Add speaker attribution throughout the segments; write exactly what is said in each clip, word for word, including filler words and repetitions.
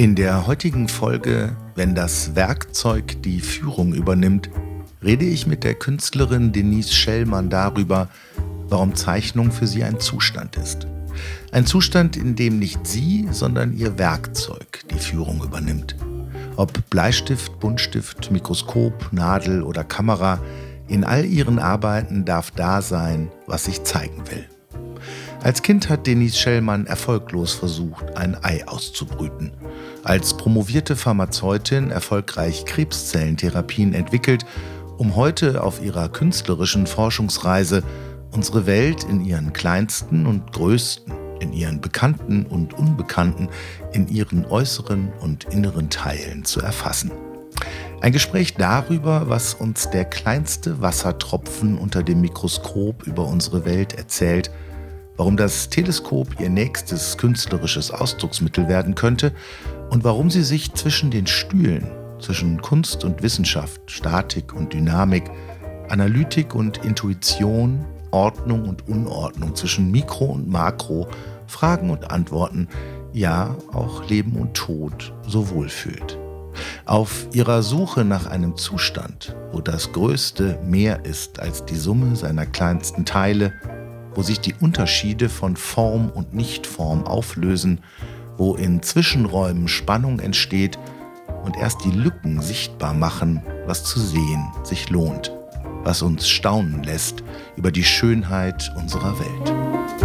Speaker 1: In der heutigen Folge, wenn das Werkzeug die Führung übernimmt, rede ich mit der Künstlerin Denise Schellmann darüber, warum Zeichnung für sie ein Zustand ist. Ein Zustand, in dem nicht sie, sondern ihr Werkzeug die Führung übernimmt. Ob Bleistift, Buntstift, Mikroskop, Nadel oder Kamera, in all ihren Arbeiten darf da sein, was sich zeigen will. Als Kind hat Denise Schellmann erfolglos versucht, ein Ei auszubrüten. Als promovierte Pharmazeutin erfolgreich Krebszellentherapien entwickelt, um heute auf ihrer künstlerischen Forschungsreise unsere Welt in ihren kleinsten und größten, in ihren bekannten und unbekannten, in ihren äußeren und inneren Teilen zu erfassen. Ein Gespräch darüber, was uns der kleinste Wassertropfen unter dem Mikroskop über unsere Welt erzählt, warum das Teleskop ihr nächstes künstlerisches Ausdrucksmittel werden könnte und warum sie sich zwischen den Stühlen, zwischen Kunst und Wissenschaft, Statik und Dynamik, Analytik und Intuition, Ordnung und Unordnung, zwischen Mikro und Makro, Fragen und Antworten, ja auch Leben und Tod so wohlfühlt. Auf ihrer Suche nach einem Zustand, wo das Größte mehr ist als die Summe seiner kleinsten Teile, wo sich die Unterschiede von Form und Nichtform auflösen, wo in Zwischenräumen Spannung entsteht und erst die Lücken sichtbar machen, was zu sehen sich lohnt, was uns staunen lässt über die Schönheit unserer Welt.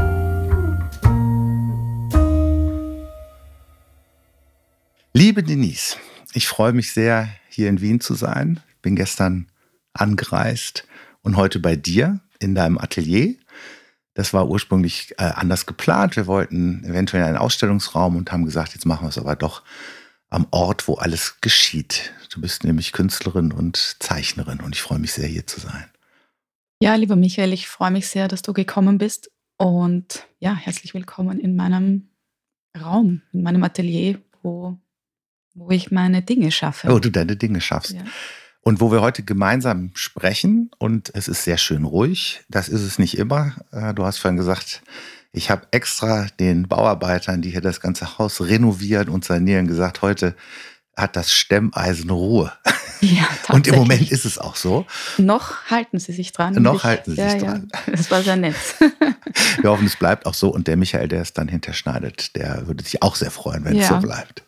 Speaker 1: Liebe Denise, ich freue mich sehr, hier in Wien zu sein. Bin gestern angereist und heute bei dir in deinem Atelier. Das war ursprünglich äh, anders geplant. Wir wollten eventuell einen Ausstellungsraum und haben gesagt, jetzt machen wir es aber doch am Ort, wo alles geschieht. Du bist nämlich Künstlerin und Zeichnerin und ich freue mich sehr, hier zu sein.
Speaker 2: Ja, lieber Michael, ich freue mich sehr, dass du gekommen bist und ja, herzlich willkommen in meinem Raum, in meinem Atelier, wo, wo ich meine Dinge schaffe.
Speaker 1: Wo du deine Dinge schaffst. Ja. Und wo wir heute gemeinsam sprechen und es ist sehr schön ruhig. Das ist es nicht immer. Du hast vorhin gesagt, ich habe extra den Bauarbeitern, die hier das ganze Haus renovieren und sanieren, gesagt, heute hat das Stemmeisen Ruhe.
Speaker 2: Ja, tatsächlich.
Speaker 1: Und im Moment ist es auch so.
Speaker 2: Noch halten sie sich dran.
Speaker 1: Noch
Speaker 2: ich,
Speaker 1: halten sie
Speaker 2: ja,
Speaker 1: sich dran.
Speaker 2: Ja, das war sehr nett.
Speaker 1: Wir hoffen, es bleibt auch so. Und der Michael, der es dann hinterschneidet, der würde sich auch sehr freuen, wenn ja. es so bleibt.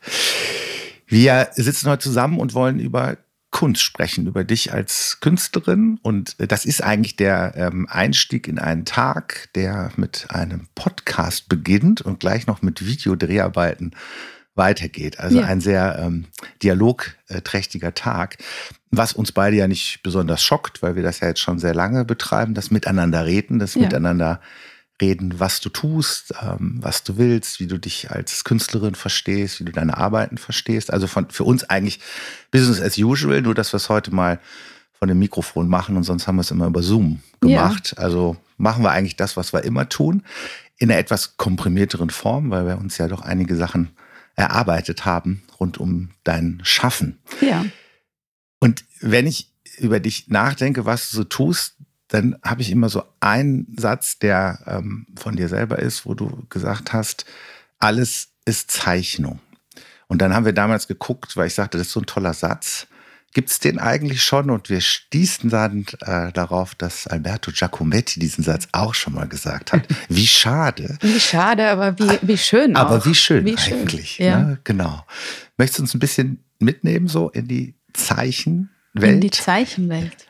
Speaker 1: Wir sitzen heute zusammen und wollen über Kunst sprechen, über dich als Künstlerin. Und das ist eigentlich der ähm, Einstieg in einen Tag, der mit einem Podcast beginnt und gleich noch mit Videodreharbeiten weitergeht. Also ja. ein sehr ähm, dialogträchtiger Tag, was uns beide ja nicht besonders schockt, weil wir das ja jetzt schon sehr lange betreiben, das Miteinander reden, das ja. Miteinander reden, was du tust, ähm, was du willst, wie du dich als Künstlerin verstehst, wie du deine Arbeiten verstehst. Also von, für uns eigentlich Business as usual, nur dass wir es heute mal von dem Mikrofon machen und sonst haben wir es immer über Zoom gemacht. Ja. Also machen wir eigentlich das, was wir immer tun, in einer etwas komprimierteren Form, weil wir uns ja doch einige Sachen erarbeitet haben rund um dein Schaffen.
Speaker 2: Ja.
Speaker 1: Und wenn ich über dich nachdenke, was du so tust, dann habe ich immer so einen Satz, der ähm, von dir selber ist, wo du gesagt hast, alles ist Zeichnung. Und dann haben wir damals geguckt, weil ich sagte, das ist so ein toller Satz. Gibt es den eigentlich schon? Und wir stießen dann äh, darauf, dass Alberto Giacometti diesen Satz auch schon mal gesagt hat. Wie schade.
Speaker 2: Wie schade, aber wie, wie schön auch.
Speaker 1: Aber wie schön
Speaker 2: wie
Speaker 1: eigentlich.
Speaker 2: Schön. Ja.
Speaker 1: Ne? Genau. Möchtest du uns ein bisschen mitnehmen so in die Zeichenwelt?
Speaker 2: In die Zeichenwelt.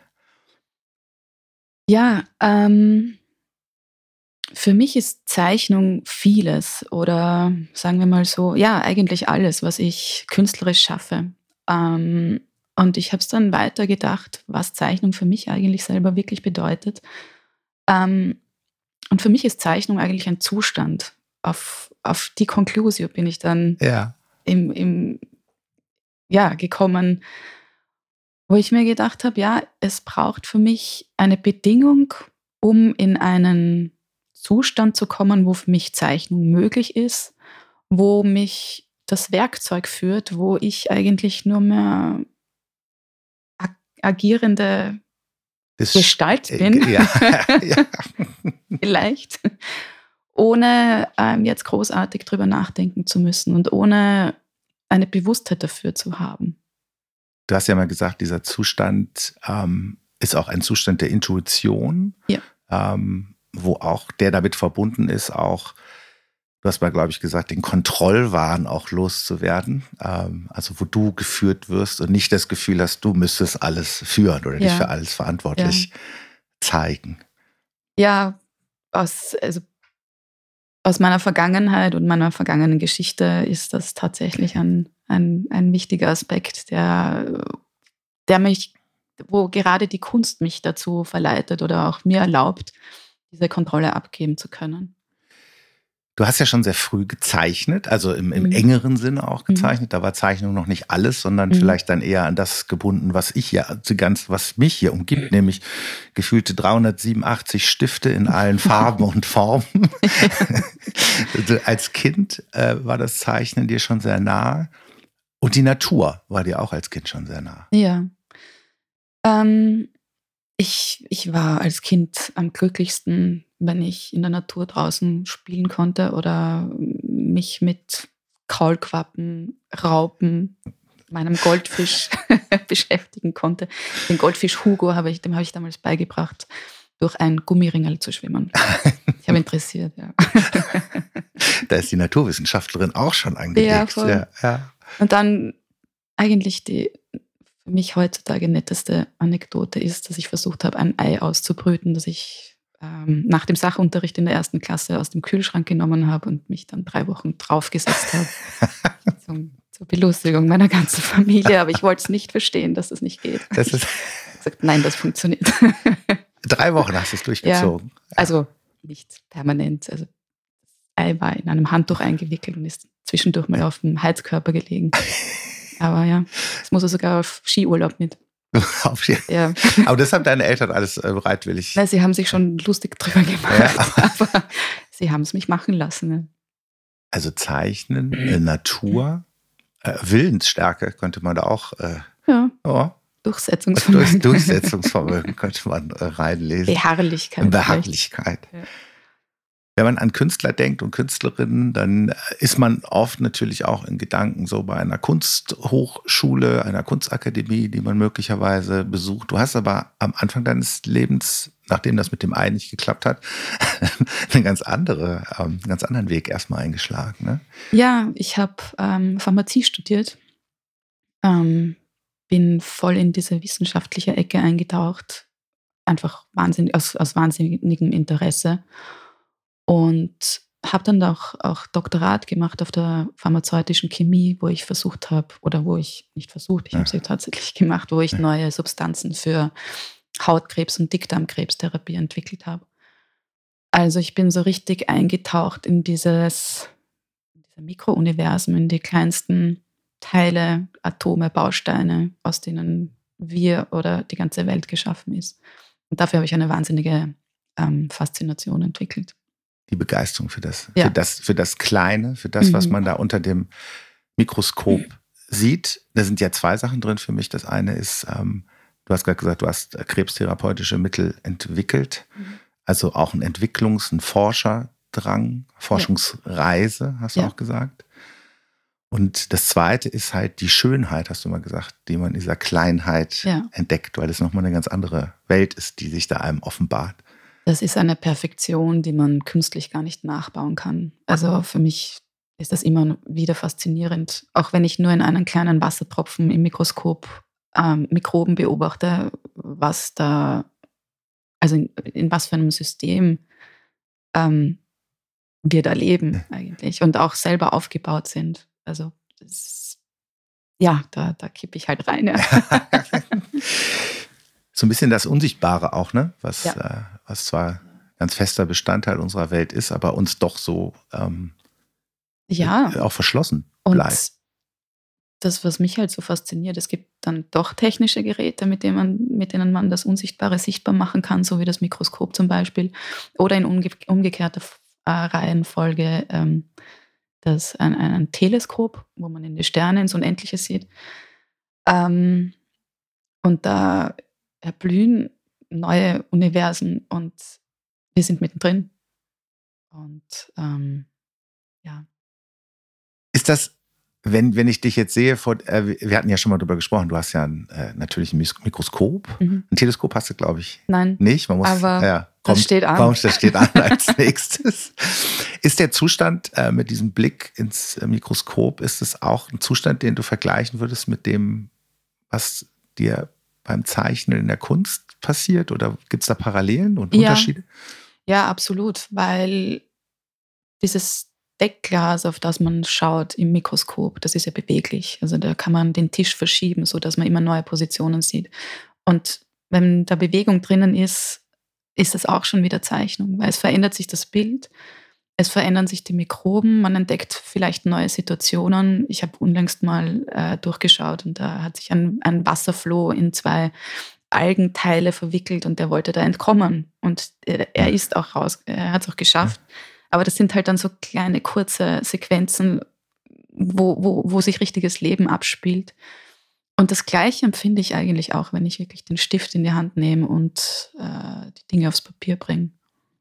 Speaker 2: Ja, ähm, für mich ist Zeichnung vieles oder sagen wir mal so, ja, eigentlich alles, was ich künstlerisch schaffe. Ähm, und ich habe es dann weiter gedacht, was Zeichnung für mich eigentlich selber wirklich bedeutet. Ähm, und für mich ist Zeichnung eigentlich ein Zustand. Auf, auf die Conclusio bin ich dann
Speaker 1: ja.
Speaker 2: im, im, ja, gekommen, wo ich mir gedacht habe, ja, es braucht für mich eine Bedingung, um in einen Zustand zu kommen, wo für mich Zeichnung möglich ist, wo mich das Werkzeug führt, wo ich eigentlich nur mehr ag- agierende
Speaker 1: Das
Speaker 2: Gestalt
Speaker 1: st-
Speaker 2: bin.
Speaker 1: Ja, ja.
Speaker 2: Vielleicht. Ohne ähm, jetzt großartig drüber nachdenken zu müssen und ohne eine Bewusstheit dafür zu haben.
Speaker 1: Du hast ja mal gesagt, dieser Zustand ähm, ist auch ein Zustand der Intuition,
Speaker 2: Ja.
Speaker 1: ähm, wo auch der damit verbunden ist, auch, du hast mal, glaube ich, gesagt, den Kontrollwahn auch loszuwerden. Ähm, also wo du geführt wirst und nicht das Gefühl hast, du müsstest alles führen oder dich
Speaker 2: Ja,
Speaker 1: für alles
Speaker 2: ja.
Speaker 1: verantwortlich zeigen.
Speaker 2: Ja, aus, also aus meiner Vergangenheit und meiner vergangenen Geschichte ist das tatsächlich ein, ein, ein wichtiger Aspekt, der, der mich, wo gerade die Kunst mich dazu verleitet oder auch mir erlaubt, diese Kontrolle abgeben zu können.
Speaker 1: Du hast ja schon sehr früh gezeichnet, also im, im
Speaker 2: Mhm.
Speaker 1: engeren Sinne auch
Speaker 2: Mhm.
Speaker 1: gezeichnet. Da war Zeichnung noch nicht alles, sondern
Speaker 2: Mhm.
Speaker 1: vielleicht dann eher an das gebunden, was ich ja, also ganz, was mich hier umgibt, nämlich gefühlte dreihundertsiebenundachtzig Stifte in allen Farben und Formen. Also als Kind äh, war das Zeichnen dir schon sehr nah und die Natur war dir auch als Kind schon sehr nah.
Speaker 2: Ja. Ähm, ich, ich war als Kind am glücklichsten, wenn ich in der Natur draußen spielen konnte oder mich mit Kaulquappen, Raupen, meinem Goldfisch beschäftigen konnte. Den Goldfisch Hugo habe ich, dem habe ich damals beigebracht, durch ein Gummiringel zu schwimmen. Ich habe interessiert, ja.
Speaker 1: Da ist die Naturwissenschaftlerin auch schon
Speaker 2: Ja,
Speaker 1: angelegt.
Speaker 2: voll.
Speaker 1: Ja, ja.
Speaker 2: Und dann eigentlich die für mich heutzutage netteste Anekdote ist, dass ich versucht habe, ein Ei auszubrüten, das ich ähm, nach dem Sachunterricht in der ersten Klasse aus dem Kühlschrank genommen habe und mich dann drei Wochen draufgesetzt habe. Zum, zur Belustigung meiner ganzen Familie. Aber ich wollte es nicht verstehen, dass das nicht geht.
Speaker 1: Das
Speaker 2: Ich
Speaker 1: ist,
Speaker 2: habe gesagt, nein, das funktioniert.
Speaker 1: drei Wochen hast du es
Speaker 2: Ja,
Speaker 1: durchgezogen. Ja.
Speaker 2: also nicht permanent. Also das Ei war in einem Handtuch eingewickelt und ist zwischendurch mal auf dem Heizkörper gelegen. Aber ja, es muss er sogar auf Skiurlaub mit.
Speaker 1: Auf jeden-
Speaker 2: Ja.
Speaker 1: Aber das haben deine Eltern alles äh, bereitwillig.
Speaker 2: Na, sie haben sich schon lustig drüber gemacht,
Speaker 1: Ja.
Speaker 2: aber sie haben es mich machen lassen. Ne?
Speaker 1: Also Zeichnen, äh, Natur, äh, Willensstärke könnte man da auch, äh,
Speaker 2: Ja,
Speaker 1: oh,
Speaker 2: Durchsetzungsvermögen.
Speaker 1: durch, Durchsetzungsvermögen könnte man äh, reinlesen.
Speaker 2: Beharrlichkeit.
Speaker 1: Beharrlichkeit.
Speaker 2: vielleicht. Ja.
Speaker 1: Wenn man an Künstler denkt und Künstlerinnen, dann ist man oft natürlich auch in Gedanken so bei einer Kunsthochschule, einer Kunstakademie, die man möglicherweise besucht. Du hast aber am Anfang deines Lebens, nachdem das mit dem Ei nicht geklappt hat, einen ganz andere, ähm, ganz anderen Weg erstmal eingeschlagen. Ne?
Speaker 2: Ja, ich habe ähm, Pharmazie studiert, ähm, bin voll in diese wissenschaftliche Ecke eingetaucht, einfach wahnsinnig, aus, aus wahnsinnigem Interesse und habe dann auch, auch Doktorat gemacht auf der pharmazeutischen Chemie, wo ich versucht habe, oder wo ich nicht versucht, ich
Speaker 1: Ja.
Speaker 2: habe sie tatsächlich gemacht, wo ich neue Substanzen für Hautkrebs und Dickdarmkrebstherapie entwickelt habe. Also ich bin so richtig eingetaucht in dieses in diese Mikrouniversen, in die kleinsten Teile, Atome, Bausteine, aus denen wir oder die ganze Welt geschaffen ist. Und dafür habe ich eine wahnsinnige ähm, Faszination entwickelt.
Speaker 1: Die Begeisterung für das, für
Speaker 2: Ja.
Speaker 1: das, für das Kleine, für das, was
Speaker 2: Mhm.
Speaker 1: man da unter dem Mikroskop sieht. Da sind ja zwei Sachen drin für mich. Das eine ist, ähm, du hast gerade gesagt, du hast äh, krebstherapeutische Mittel entwickelt.
Speaker 2: Mhm.
Speaker 1: Also auch ein Entwicklungs-, ein Forscherdrang, Forschungsreise, hast du
Speaker 2: Ja.
Speaker 1: auch gesagt. Und das zweite ist halt die Schönheit, hast du mal gesagt, die man in dieser Kleinheit
Speaker 2: Ja.
Speaker 1: entdeckt, weil es nochmal eine ganz andere Welt ist, die sich da einem offenbart.
Speaker 2: Das ist eine Perfektion, die man künstlich gar nicht nachbauen kann. Also für mich ist das immer wieder faszinierend, auch wenn ich nur in einen kleinen Wassertropfen im Mikroskop ähm, Mikroben beobachte, was da, also in, in was für einem System ähm, wir da leben eigentlich und auch selber aufgebaut sind. Also das, ja, da, da kippe ich halt rein. Ja.
Speaker 1: So ein bisschen das Unsichtbare auch, ne? Was,
Speaker 2: Ja.
Speaker 1: äh, was zwar ganz fester Bestandteil unserer Welt ist, aber uns doch so ähm,
Speaker 2: Ja,
Speaker 1: auch verschlossen
Speaker 2: und
Speaker 1: bleibt.
Speaker 2: das, was mich halt so fasziniert, es gibt dann doch technische Geräte, mit denen man, mit denen man das Unsichtbare sichtbar machen kann, so wie das Mikroskop zum Beispiel. Oder in umge umgekehrter äh, Reihenfolge ähm, das ein, ein, ein Teleskop, wo man in die Sterne ins Unendliche sieht. Ähm, und da erblühen neue Universen und wir sind mittendrin. Und ähm, ja.
Speaker 1: Ist das Wenn, wenn ich dich jetzt sehe, vor, äh, wir hatten ja schon mal drüber gesprochen, du hast ja ein, äh, natürlich ein Mikroskop.
Speaker 2: Mhm.
Speaker 1: Ein Teleskop hast du, glaube ich,
Speaker 2: Nein,
Speaker 1: nicht. Man muss,
Speaker 2: aber
Speaker 1: ja,
Speaker 2: das
Speaker 1: kommt,
Speaker 2: steht an.
Speaker 1: Kommt, das steht an als nächstes. Ist der Zustand äh, mit diesem Blick ins äh, Mikroskop, ist es auch ein Zustand, den du vergleichen würdest mit dem, was dir beim Zeichnen in der Kunst passiert? Oder gibt es da Parallelen und
Speaker 2: Ja,
Speaker 1: Unterschiede?
Speaker 2: ja, absolut, weil dieses Deckglas, auf das man schaut im Mikroskop, das ist ja beweglich. Also da kann man den Tisch verschieben, sodass man immer neue Positionen sieht. Und wenn da Bewegung drinnen ist, ist das auch schon wieder Zeichnung, weil es verändert sich das Bild, es verändern sich die Mikroben, man entdeckt vielleicht neue Situationen. Ich habe unlängst mal äh, durchgeschaut und da hat sich ein, ein Wasserfloh in zwei Algenteile verwickelt und der wollte da entkommen. Und er, er ist auch raus, er hat es auch geschafft. Aber das sind halt dann so kleine, kurze Sequenzen, wo, wo, wo sich richtiges Leben abspielt. Und das Gleiche empfinde ich eigentlich auch, wenn ich wirklich den Stift in die Hand nehme und äh, die Dinge aufs Papier bringe.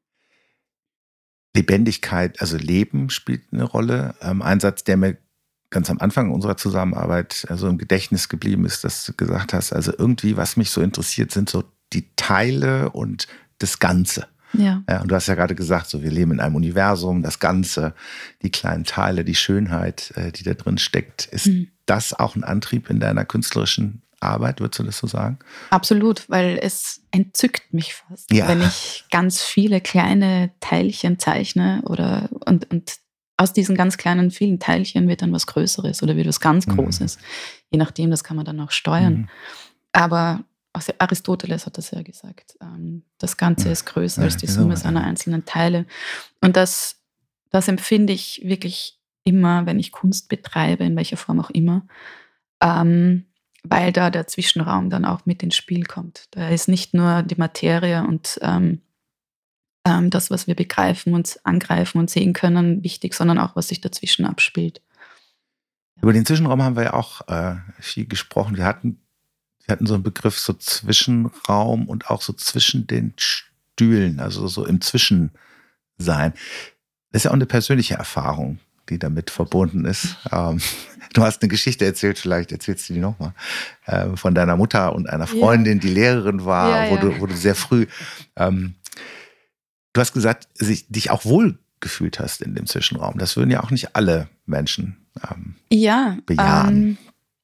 Speaker 1: Lebendigkeit, also Leben spielt eine Rolle. Ähm, ein Satz, der mir ganz am Anfang unserer Zusammenarbeit also im Gedächtnis geblieben ist, dass du gesagt hast, also irgendwie, was mich so interessiert, sind so die Teile und das Ganze.
Speaker 2: Ja.
Speaker 1: Ja, und du hast ja gerade gesagt, so wir leben in einem Universum, das Ganze, die kleinen Teile, die Schönheit, äh, die da drin steckt. Ist mhm. das auch ein Antrieb in deiner künstlerischen Arbeit, würdest du das so sagen?
Speaker 2: Absolut, weil es entzückt mich fast, ja. wenn ich ganz viele kleine Teilchen zeichne oder und, und aus diesen ganz kleinen, vielen Teilchen wird dann was Größeres oder wird was ganz Großes. Mhm. Je nachdem, das kann man dann auch steuern. Mhm. Aber also Aristoteles hat das ja gesagt. Das Ganze ist größer ja, als die genau, Summe seiner ja. einzelnen Teile. Und das, das empfinde ich wirklich immer, wenn ich Kunst betreibe, in welcher Form auch immer, ähm, weil da der Zwischenraum dann auch mit ins Spiel kommt. Da ist nicht nur die Materie und ähm, ähm, das, was wir begreifen und angreifen und sehen können, wichtig, sondern auch, was sich dazwischen abspielt.
Speaker 1: Über den Zwischenraum haben wir ja auch äh, viel gesprochen. Wir hatten Wir hatten so einen Begriff, so Zwischenraum und auch so zwischen den Stühlen, also so im Zwischensein. Das ist ja auch eine persönliche Erfahrung, die damit verbunden ist. Ähm, du hast eine Geschichte erzählt, vielleicht erzählst du die nochmal, äh, von deiner Mutter und einer Freundin, ja. die Lehrerin war, ja, wo, ja. Du, wo du sehr früh, ähm, du hast gesagt, sich, dich auch wohl gefühlt hast in dem Zwischenraum. Das würden ja auch nicht alle Menschen ähm,
Speaker 2: ja,
Speaker 1: bejahen.
Speaker 2: Ähm,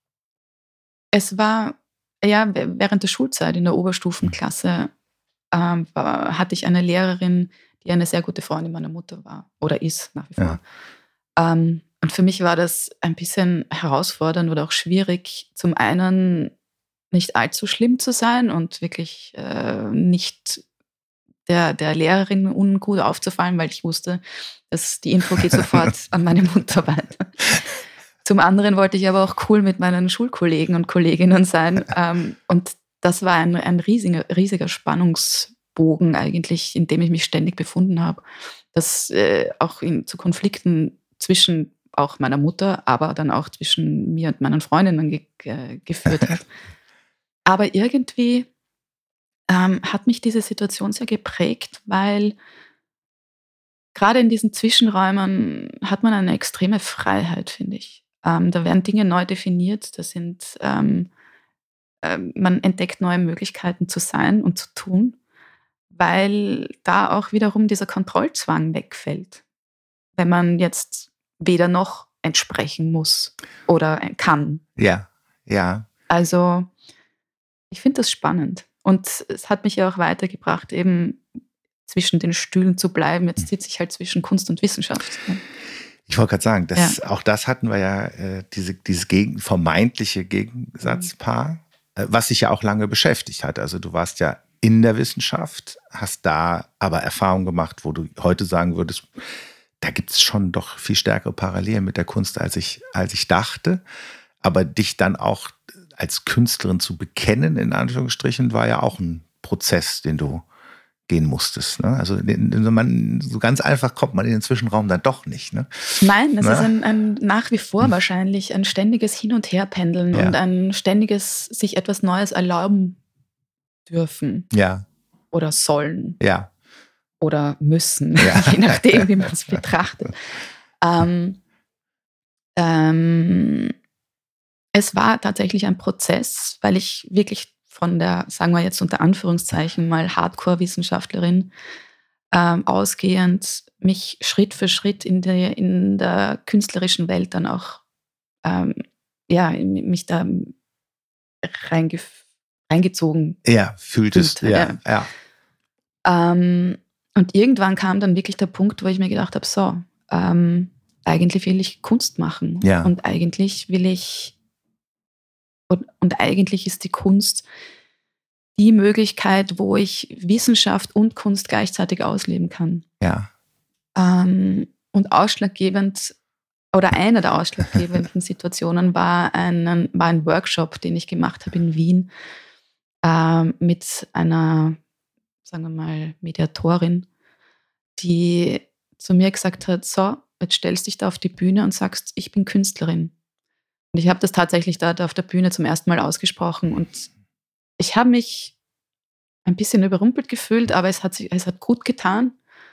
Speaker 2: es war Ja, während der Schulzeit in der Oberstufenklasse ähm, war, hatte ich eine Lehrerin, die eine sehr gute Freundin meiner Mutter war oder ist nach wie vor. Ja. Ähm, und für mich war das ein bisschen herausfordernd oder auch schwierig, zum einen nicht allzu schlimm zu sein und wirklich äh, nicht der, der Lehrerin ungut aufzufallen, weil ich wusste, dass die Info geht sofort an meine Mutter weiter. Zum anderen wollte ich aber auch cool mit meinen Schulkollegen und Kolleginnen sein. Ähm, und das war ein, ein riesiger, riesiger Spannungsbogen eigentlich, in dem ich mich ständig befunden habe. Das äh, auch in, zu Konflikten zwischen auch meiner Mutter, aber dann auch zwischen mir und meinen Freundinnen ge ge geführt hat. Aber irgendwie ähm, hat mich diese Situation sehr geprägt, weil gerade in diesen Zwischenräumen hat man eine extreme Freiheit, finde ich. Ähm, da werden Dinge neu definiert, da sind, ähm, ähm, man entdeckt neue Möglichkeiten zu sein und zu tun, weil da auch wiederum dieser Kontrollzwang wegfällt, wenn man jetzt weder noch entsprechen muss oder kann.
Speaker 1: Ja, ja.
Speaker 2: Also ich finde das spannend und es hat mich ja auch weitergebracht, eben zwischen den Stühlen zu bleiben. Jetzt sitze ich halt zwischen Kunst und Wissenschaft.
Speaker 1: Ich wollte gerade sagen, das,
Speaker 2: Ja.
Speaker 1: auch das hatten wir ja, äh, diese, dieses gegen, vermeintliche Gegensatzpaar, äh, was sich ja auch lange beschäftigt hat. Also du warst ja in der Wissenschaft, hast da aber Erfahrungen gemacht, wo du heute sagen würdest, da gibt es schon doch viel stärkere Parallelen mit der Kunst, als ich, als ich dachte. Aber dich dann auch als Künstlerin zu bekennen, in Anführungsstrichen, war ja auch ein Prozess, den du gehen musstest. Ne? Also man, so ganz einfach kommt man in den Zwischenraum dann doch nicht. Ne?
Speaker 2: Nein, es ne? ist ein, ein nach wie vor wahrscheinlich ein ständiges Hin- und Herpendeln ja. und ein ständiges sich etwas Neues erlauben dürfen.
Speaker 1: Ja.
Speaker 2: Oder sollen.
Speaker 1: Ja.
Speaker 2: Oder müssen, ja. je nachdem, wie man es betrachtet. Ähm, Ähm, es war tatsächlich ein Prozess, weil ich wirklich von der, sagen wir jetzt unter Anführungszeichen mal Hardcore-Wissenschaftlerin ähm, ausgehend mich Schritt für Schritt in der, in der künstlerischen Welt dann auch ähm, ja, mich da reingef reingezogen
Speaker 1: Ja, fühlt es,
Speaker 2: fühlte.
Speaker 1: ja,
Speaker 2: Ja.
Speaker 1: ja,
Speaker 2: Ähm, und irgendwann kam dann wirklich der Punkt, wo ich mir gedacht habe, so, ähm, eigentlich will ich Kunst machen
Speaker 1: ja,
Speaker 2: und eigentlich will ich und, und eigentlich ist die Kunst die Möglichkeit, wo ich Wissenschaft und Kunst gleichzeitig ausleben kann.
Speaker 1: ja,
Speaker 2: Ähm, und ausschlaggebend oder eine der ausschlaggebenden Situationen war, einen, war ein Workshop, den ich gemacht habe in Wien ähm, mit einer, sagen wir mal, Mediatorin, die zu mir gesagt hat, so, jetzt stellst dich da auf die Bühne und sagst, ich bin Künstlerin. Und ich habe das tatsächlich dort auf der Bühne zum ersten Mal ausgesprochen und ich habe mich ein bisschen überrumpelt gefühlt, aber es hat, sich, es hat gut getan.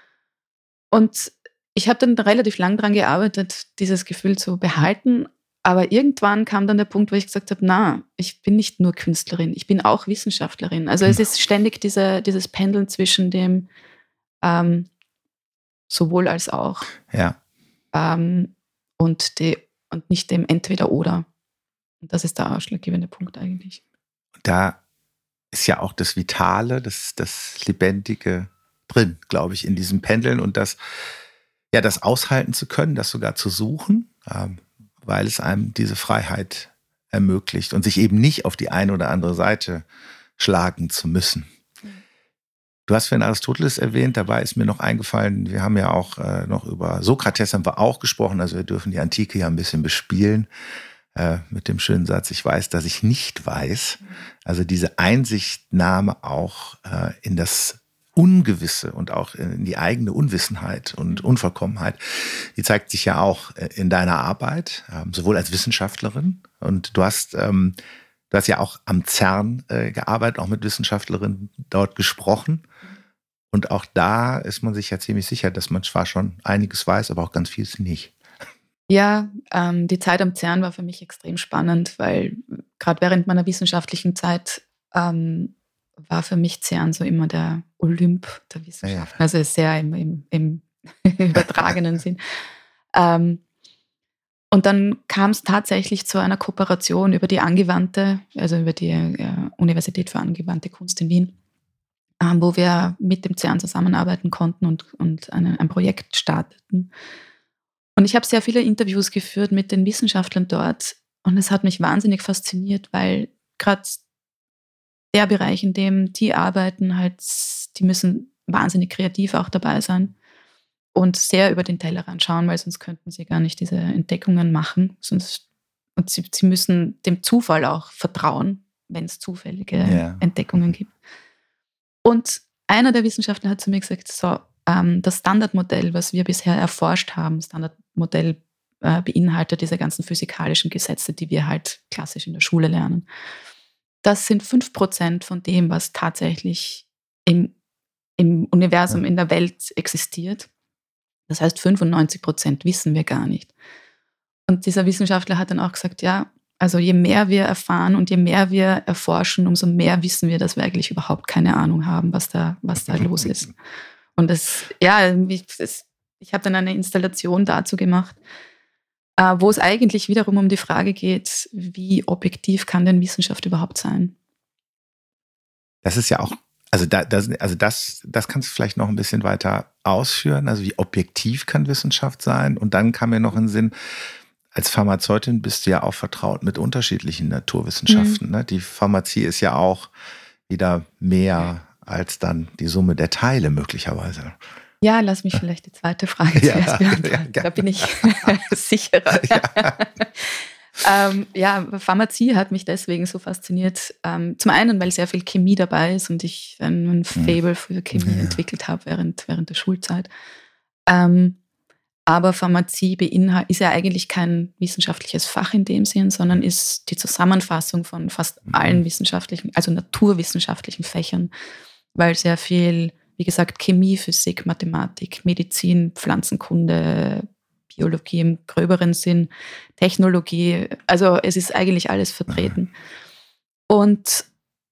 Speaker 2: Und ich habe dann relativ lang daran gearbeitet, dieses Gefühl zu behalten. Aber irgendwann kam dann der Punkt, wo ich gesagt habe, na, ich bin nicht nur Künstlerin, ich bin auch Wissenschaftlerin. Also es ist ständig diese, dieses Pendeln zwischen dem ähm, sowohl als auch
Speaker 1: ja.
Speaker 2: ähm, und, die, und nicht dem Entweder-Oder. Und das ist der ausschlaggebende Punkt eigentlich.
Speaker 1: Da ist ja auch das Vitale, das, das Lebendige drin, glaube ich, in diesem Pendeln und das, ja, das aushalten zu können, das sogar zu suchen, ähm, weil es einem diese Freiheit ermöglicht und sich eben nicht auf die eine oder andere Seite schlagen zu müssen. Du hast vorhin Aristoteles erwähnt, dabei ist mir noch eingefallen, wir haben ja auch äh, noch über Sokrates haben wir auch gesprochen, also wir dürfen die Antike ja ein bisschen bespielen äh, mit dem schönen Satz, ich weiß, dass ich nicht weiß. Also diese Einsichtnahme auch äh, in das Ungewisse und auch in die eigene Unwissenheit und Unvollkommenheit, die zeigt sich ja auch in deiner Arbeit, äh, sowohl als Wissenschaftlerin und du hast ähm, Du hast ja auch am CERN äh, gearbeitet, auch mit Wissenschaftlerinnen dort gesprochen. Und auch da ist man sich ja ziemlich sicher, dass man zwar schon einiges weiß, aber auch ganz vieles nicht.
Speaker 2: Ja, ähm, die Zeit am CERN war für mich extrem spannend, weil gerade während meiner wissenschaftlichen Zeit ähm, war für mich CERN so immer der Olymp der Wissenschaften.
Speaker 1: Ja.
Speaker 2: Also sehr im, im, im übertragenen Sinn. Ähm, Und dann kam es tatsächlich zu einer Kooperation über die angewandte, also über die äh, Universität für angewandte Kunst in Wien, ähm, wo wir mit dem CERN zusammenarbeiten konnten und, und eine, ein Projekt starteten. Und ich habe sehr viele Interviews geführt mit den Wissenschaftlern dort und es hat mich wahnsinnig fasziniert, weil gerade der Bereich, in dem die arbeiten, halt, die müssen wahnsinnig kreativ auch dabei sein und sehr über den Tellerrand schauen, weil sonst könnten sie gar nicht diese Entdeckungen machen. Sonst, und sie, sie müssen dem Zufall auch vertrauen, wenn es zufällige
Speaker 1: Ja.
Speaker 2: Entdeckungen gibt. Und einer der Wissenschaftler hat zu mir gesagt, so, ähm, das Standardmodell, was wir bisher erforscht haben, Standardmodell äh, beinhaltet diese ganzen physikalischen Gesetze, die wir halt klassisch in der Schule lernen. Das sind fünf Prozent von dem, was tatsächlich im, im Universum,
Speaker 1: Ja.
Speaker 2: in der Welt existiert. Das heißt, fünfundneunzig Prozent wissen wir gar nicht. Und dieser Wissenschaftler hat dann auch gesagt, ja, also je mehr wir erfahren und je mehr wir erforschen, umso mehr wissen wir, dass wir eigentlich überhaupt keine Ahnung haben, was da, was da los ist. Und das, ja, ich, das, ich habe dann eine Installation dazu gemacht, äh, wo es eigentlich wiederum um die Frage geht, wie objektiv kann denn Wissenschaft überhaupt sein?
Speaker 1: Das ist ja auch, also, da, das, also das, das kannst du vielleicht noch ein bisschen weiter ausführen. Also wie objektiv kann Wissenschaft sein? Und dann kam mir noch in den Sinn, als Pharmazeutin bist du ja auch vertraut mit unterschiedlichen Naturwissenschaften. Mhm. Ne? Die Pharmazie ist ja auch wieder mehr als dann die Summe der Teile möglicherweise.
Speaker 2: Ja, lass mich vielleicht die zweite Frage zuerst
Speaker 1: ja,
Speaker 2: beantworten.
Speaker 1: Ja,
Speaker 2: da bin ich sicherer. Ja. ähm, ja, Pharmazie hat mich deswegen so fasziniert. Ähm, zum einen, weil sehr viel Chemie dabei ist und ich ein Faible für Chemie ja. entwickelt habe während, während der Schulzeit. Ähm, aber Pharmazie beinhalt, ist ja eigentlich kein wissenschaftliches Fach in dem Sinn, sondern ist die Zusammenfassung von fast mhm. allen wissenschaftlichen, also naturwissenschaftlichen Fächern, weil sehr viel, wie gesagt, Chemie, Physik, Mathematik, Medizin, Pflanzenkunde, Biologie im gröberen Sinn, Technologie. Also es ist eigentlich alles vertreten. Und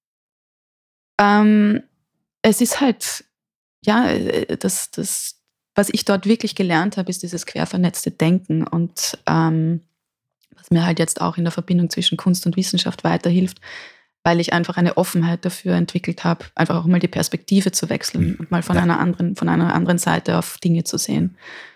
Speaker 2: ähm, es ist halt, ja, äh, das, das, was ich dort wirklich gelernt habe, ist dieses quervernetzte Denken und ähm, was mir halt jetzt auch in der Verbindung zwischen Kunst und Wissenschaft weiterhilft, weil ich einfach eine Offenheit dafür entwickelt habe, einfach auch mal die Perspektive zu wechseln und mal von
Speaker 1: Ja.
Speaker 2: einer anderen, von einer anderen Seite auf Dinge zu sehen.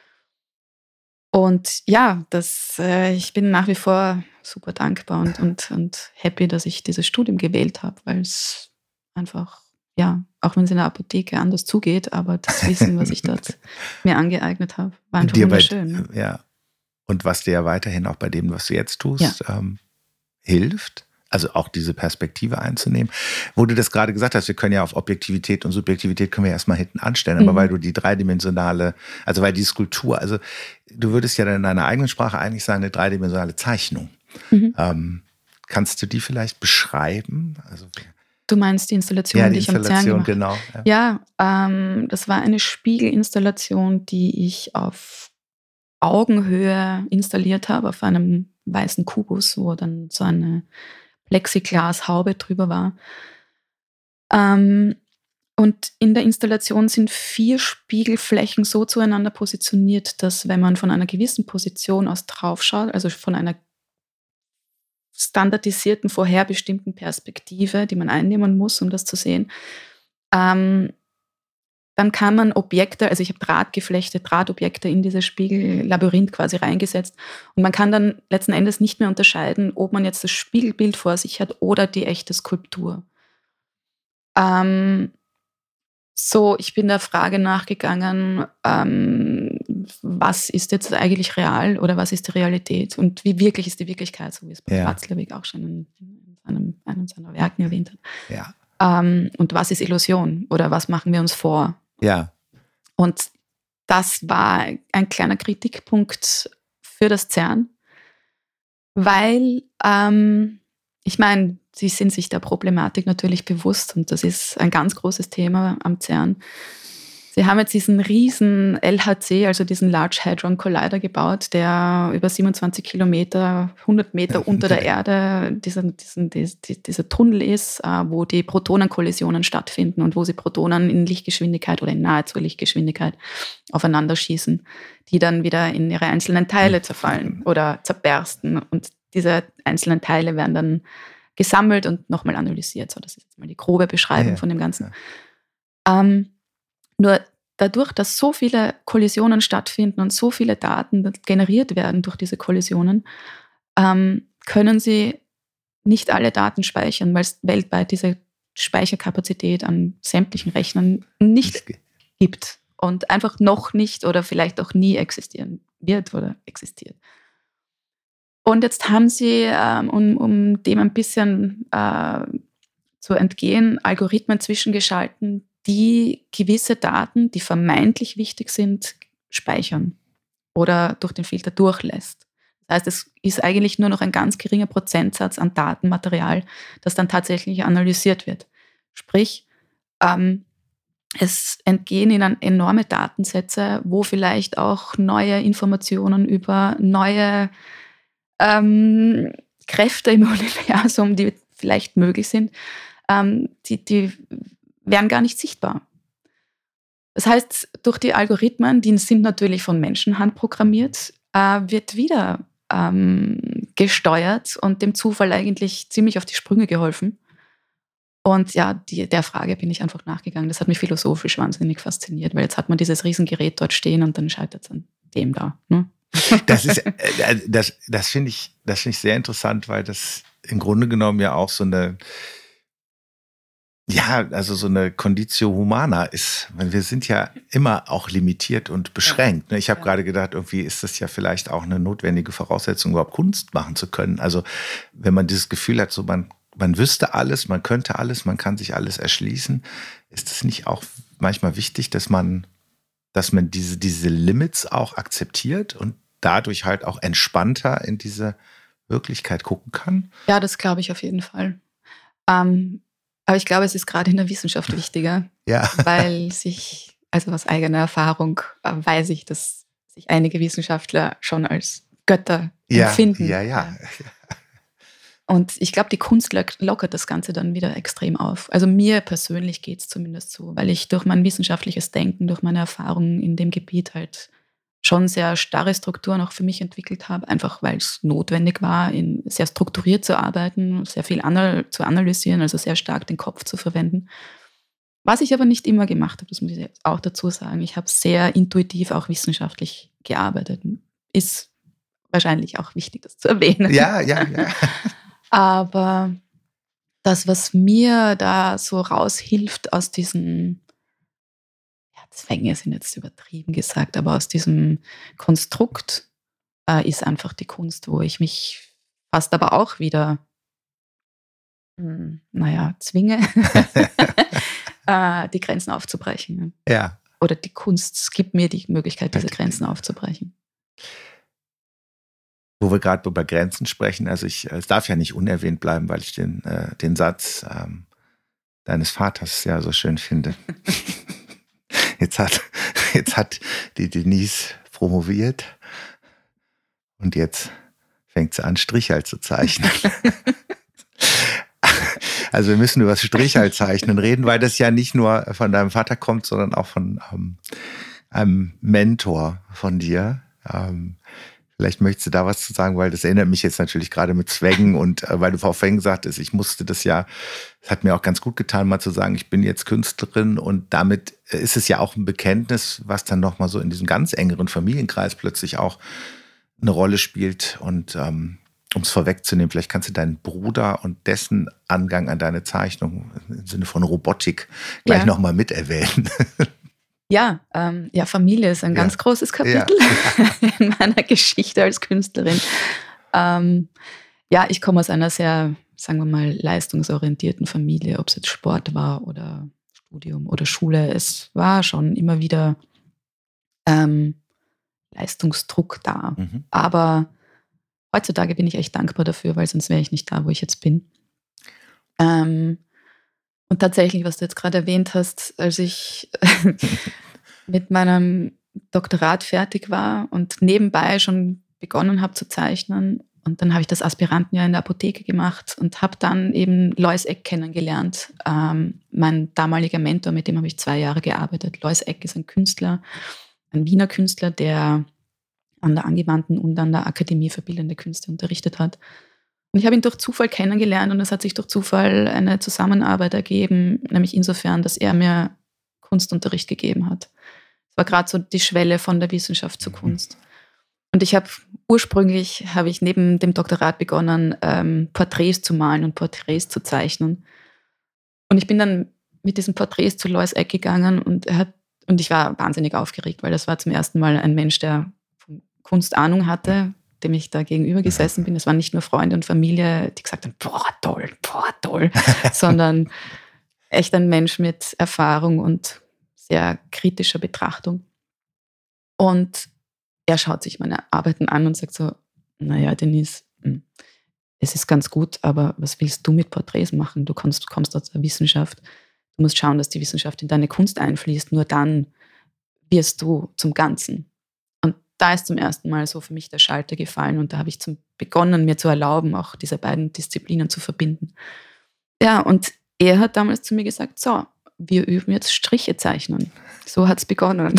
Speaker 2: Und ja, das, äh, ich bin nach wie vor super dankbar und, und, und happy, dass ich dieses Studium gewählt habe, weil es einfach, ja, auch wenn es in der Apotheke anders zugeht, aber das Wissen, was ich dort mir angeeignet habe, war einfach
Speaker 1: Dir bei,
Speaker 2: wunderschön. Ne?
Speaker 1: ja. Und was dir ja weiterhin auch bei dem, was du jetzt tust,
Speaker 2: Ja.
Speaker 1: ähm, hilft, also auch diese Perspektive einzunehmen. Wo du das gerade gesagt hast, wir können ja auf Objektivität und Subjektivität können wir erstmal hinten anstellen, aber
Speaker 2: Mhm.
Speaker 1: weil du die dreidimensionale, also weil die Skulptur, also du würdest ja dann in deiner eigenen Sprache eigentlich sagen, eine dreidimensionale Zeichnung.
Speaker 2: Mhm.
Speaker 1: Ähm, kannst du die vielleicht beschreiben? Also,
Speaker 2: Du meinst die Installation,
Speaker 1: ja,
Speaker 2: die
Speaker 1: die
Speaker 2: ich am CERN
Speaker 1: Installation,
Speaker 2: gemacht habe?
Speaker 1: genau.
Speaker 2: Ja, ähm, das war eine Spiegelinstallation, die ich auf Augenhöhe installiert habe, auf einem weißen Kubus, wo dann so eine Plexiglashaube drüber war. Ähm, und in der Installation sind vier Spiegelflächen so zueinander positioniert, dass wenn man von einer gewissen Position aus draufschaut, also von einer standardisierten, vorherbestimmten Perspektive, die man einnehmen muss, um das zu sehen, ähm, dann kann man Objekte, also ich habe Drahtgeflechte, Drahtobjekte in dieses Spiegellabyrinth quasi reingesetzt und man kann dann letzten Endes nicht mehr unterscheiden, ob man jetzt das Spiegelbild vor sich hat oder die echte Skulptur. Ähm, so, ich bin der Frage nachgegangen, ähm, was ist jetzt eigentlich real oder was ist die Realität und wie wirklich ist die Wirklichkeit, so wie es bei
Speaker 1: Ja.
Speaker 2: Watzlawick auch schon in, in seinem, einem seiner Werken erwähnt hat.
Speaker 1: Ja.
Speaker 2: Ähm, und was ist Illusion oder was machen wir uns vor?
Speaker 1: Ja.
Speaker 2: Und das war ein kleiner Kritikpunkt für das CERN, weil, ähm, ich meine, sie sind sich der Problematik natürlich bewusst und das ist ein ganz großes Thema am CERN. Sie haben jetzt diesen riesen L H C, also diesen Large Hadron Collider gebaut, der über siebenundzwanzig Kilometer, hundert Meter unter der Erde dieser, diesen, dies- die- dieser Tunnel ist, äh, wo die Protonenkollisionen stattfinden und wo sie Protonen in Lichtgeschwindigkeit oder in nahezu Lichtgeschwindigkeit aufeinander schießen, die dann wieder in ihre einzelnen Teile zerfallen oder zerbersten. Und diese einzelnen Teile werden dann gesammelt und nochmal analysiert. So, das ist jetzt mal die grobe Beschreibung
Speaker 1: Ja, ja.
Speaker 2: von dem Ganzen. Ähm, nur dadurch, dass so viele Kollisionen stattfinden und so viele Daten generiert werden durch diese Kollisionen, ähm, können sie nicht alle Daten speichern, weil es weltweit diese Speicherkapazität an sämtlichen Rechnern nicht
Speaker 1: Das ge-
Speaker 2: gibt und einfach noch nicht oder vielleicht auch nie existieren wird oder existiert. Und jetzt haben sie, ähm, um, um dem ein bisschen äh, zu entgehen, Algorithmen zwischengeschalten, die gewisse Daten, die vermeintlich wichtig sind, speichern oder durch den Filter durchlässt. Das heißt, es ist eigentlich nur noch ein ganz geringer Prozentsatz an Datenmaterial, das dann tatsächlich analysiert wird. Sprich, ähm, es entgehen ihnen enorme Datensätze, wo vielleicht auch neue Informationen über neue ähm, Kräfte im Universum, die vielleicht möglich sind, ähm, die, die wären gar nicht sichtbar. Das heißt, durch die Algorithmen, die sind natürlich von Menschenhand programmiert, äh, wird wieder ähm, gesteuert und dem Zufall eigentlich ziemlich auf die Sprünge geholfen. Und ja, die, der Frage bin ich einfach nachgegangen. Das hat mich philosophisch wahnsinnig fasziniert, weil jetzt hat man dieses Riesengerät dort stehen und dann scheitert es an dem da. Ne?
Speaker 1: Das ist, äh, das, das finde ich, das finde ich sehr interessant, weil das im Grunde genommen ja auch so eine, ja, also so eine Conditio Humana ist. Weil wir sind ja immer auch limitiert und beschränkt. Ne? Ich habe
Speaker 2: Ja.
Speaker 1: gerade gedacht, irgendwie ist das ja vielleicht auch eine notwendige Voraussetzung, überhaupt Kunst machen zu können. Also wenn man dieses Gefühl hat, so man, man wüsste alles, man könnte alles, man kann sich alles erschließen, ist es nicht auch manchmal wichtig, dass man, dass man diese, diese Limits auch akzeptiert und dadurch halt auch entspannter in diese Wirklichkeit gucken kann?
Speaker 2: Ja, das glaube ich auf jeden Fall. Ähm, aber ich glaube, es ist gerade in der Wissenschaft wichtiger,
Speaker 1: Ja.
Speaker 2: weil sich, also aus eigener Erfahrung äh, weiß ich, dass sich einige Wissenschaftler schon als Götter
Speaker 1: Ja,
Speaker 2: empfinden.
Speaker 1: ja, ja.
Speaker 2: Und ich glaube, die Kunst lock- lockert das Ganze dann wieder extrem auf. Also mir persönlich geht es zumindest so, weil ich durch mein wissenschaftliches Denken, durch meine Erfahrungen in dem Gebiet halt schon sehr starre Strukturen auch für mich entwickelt habe, einfach weil es notwendig war, in sehr strukturiert zu arbeiten, sehr viel anal- zu analysieren, also sehr stark den Kopf zu verwenden. Was ich aber nicht immer gemacht habe, das muss ich jetzt auch dazu sagen. Ich habe sehr intuitiv auch wissenschaftlich gearbeitet. Ist wahrscheinlich auch wichtig, das zu erwähnen.
Speaker 1: Ja, ja, ja.
Speaker 2: Aber das, was mir da so raushilft aus diesen, ja, Zwänge sind jetzt übertrieben gesagt, aber aus diesem Konstrukt äh, ist einfach die Kunst, wo ich mich fast aber auch wieder, hm, naja, zwinge, äh, die Grenzen aufzubrechen.
Speaker 1: Ja.
Speaker 2: Oder die Kunst gibt mir die Möglichkeit, diese Grenzen aufzubrechen.
Speaker 1: Wo wir gerade über Grenzen sprechen, also ich, es darf ja nicht unerwähnt bleiben, weil ich den, äh, den Satz ähm, deines Vaters ja so schön finde. Jetzt hat, jetzt hat die Denise promoviert und jetzt fängt sie an, Strichhalm zu zeichnen. Also wir müssen über das Strichhalmzeichnen reden, weil das ja nicht nur von deinem Vater kommt, sondern auch von ähm, einem Mentor von dir. Ähm, Vielleicht möchtest du da was zu sagen, weil das erinnert mich jetzt natürlich gerade mit Zwängen und äh, weil du vorhin gesagt hast, ich musste das ja, es hat mir auch ganz gut getan, mal zu sagen, ich bin jetzt Künstlerin und damit ist es ja auch ein Bekenntnis, was dann nochmal so in diesem ganz engeren Familienkreis plötzlich auch eine Rolle spielt. Und ähm, um es vorwegzunehmen, vielleicht kannst du deinen Bruder und dessen Angang an deine Zeichnung im Sinne von Robotik gleich
Speaker 2: Ja.
Speaker 1: nochmal mit erwähnen.
Speaker 2: Ja, ähm, ja, Familie ist ein
Speaker 1: Ja.
Speaker 2: ganz großes Kapitel in meiner Geschichte als Künstlerin. Ähm, ja, ich komme aus einer sehr, sagen wir mal, leistungsorientierten Familie, ob es jetzt Sport war oder Studium oder Schule. Es war schon immer wieder ähm, Leistungsdruck da.
Speaker 1: Mhm.
Speaker 2: Aber heutzutage bin ich echt dankbar dafür, weil sonst wäre ich nicht da, wo ich jetzt bin. Ähm, und tatsächlich, was du jetzt gerade erwähnt hast, als ich mit meinem Doktorat fertig war und nebenbei schon begonnen habe zu zeichnen. Und dann habe ich das Aspirantenjahr in der Apotheke gemacht und habe dann eben Lois Eck kennengelernt. Ähm, mein damaliger Mentor, mit dem habe ich zwei Jahre gearbeitet. Lois Eck ist ein Künstler, ein Wiener Künstler, der an der Angewandten und an der Akademie für Bildende Künste unterrichtet hat. Und ich habe ihn durch Zufall kennengelernt und es hat sich durch Zufall eine Zusammenarbeit ergeben, nämlich insofern, dass er mir Kunstunterricht gegeben hat. Es war gerade so die Schwelle von der Wissenschaft zur Kunst. Und ich habe ursprünglich, habe ich neben dem Doktorat begonnen, ähm, Porträts zu malen und Porträts zu zeichnen. Und ich bin dann mit diesen Porträts zu Lois Eck gegangen und er hat, und ich war wahnsinnig aufgeregt, weil das war zum ersten Mal ein Mensch, der von Kunst Ahnung hatte, dem ich da gegenüber gesessen bin. Es waren nicht nur Freunde und Familie, die gesagt haben, boah, toll, boah, toll, sondern echt ein Mensch mit Erfahrung und sehr kritischer Betrachtung. Und er schaut sich meine Arbeiten an und sagt so, naja, Denise, es ist ganz gut, aber was willst du mit Porträts machen? Du kommst, kommst aus der Wissenschaft. Du musst schauen, dass die Wissenschaft in deine Kunst einfließt. Nur dann wirst du zum Ganzen. Und da ist zum ersten Mal so für mich der Schalter gefallen und da habe ich zum begonnen, mir zu erlauben, auch diese beiden Disziplinen zu verbinden. Ja, und er hat damals zu mir gesagt, so, wir üben jetzt Striche zeichnen. So hat es begonnen.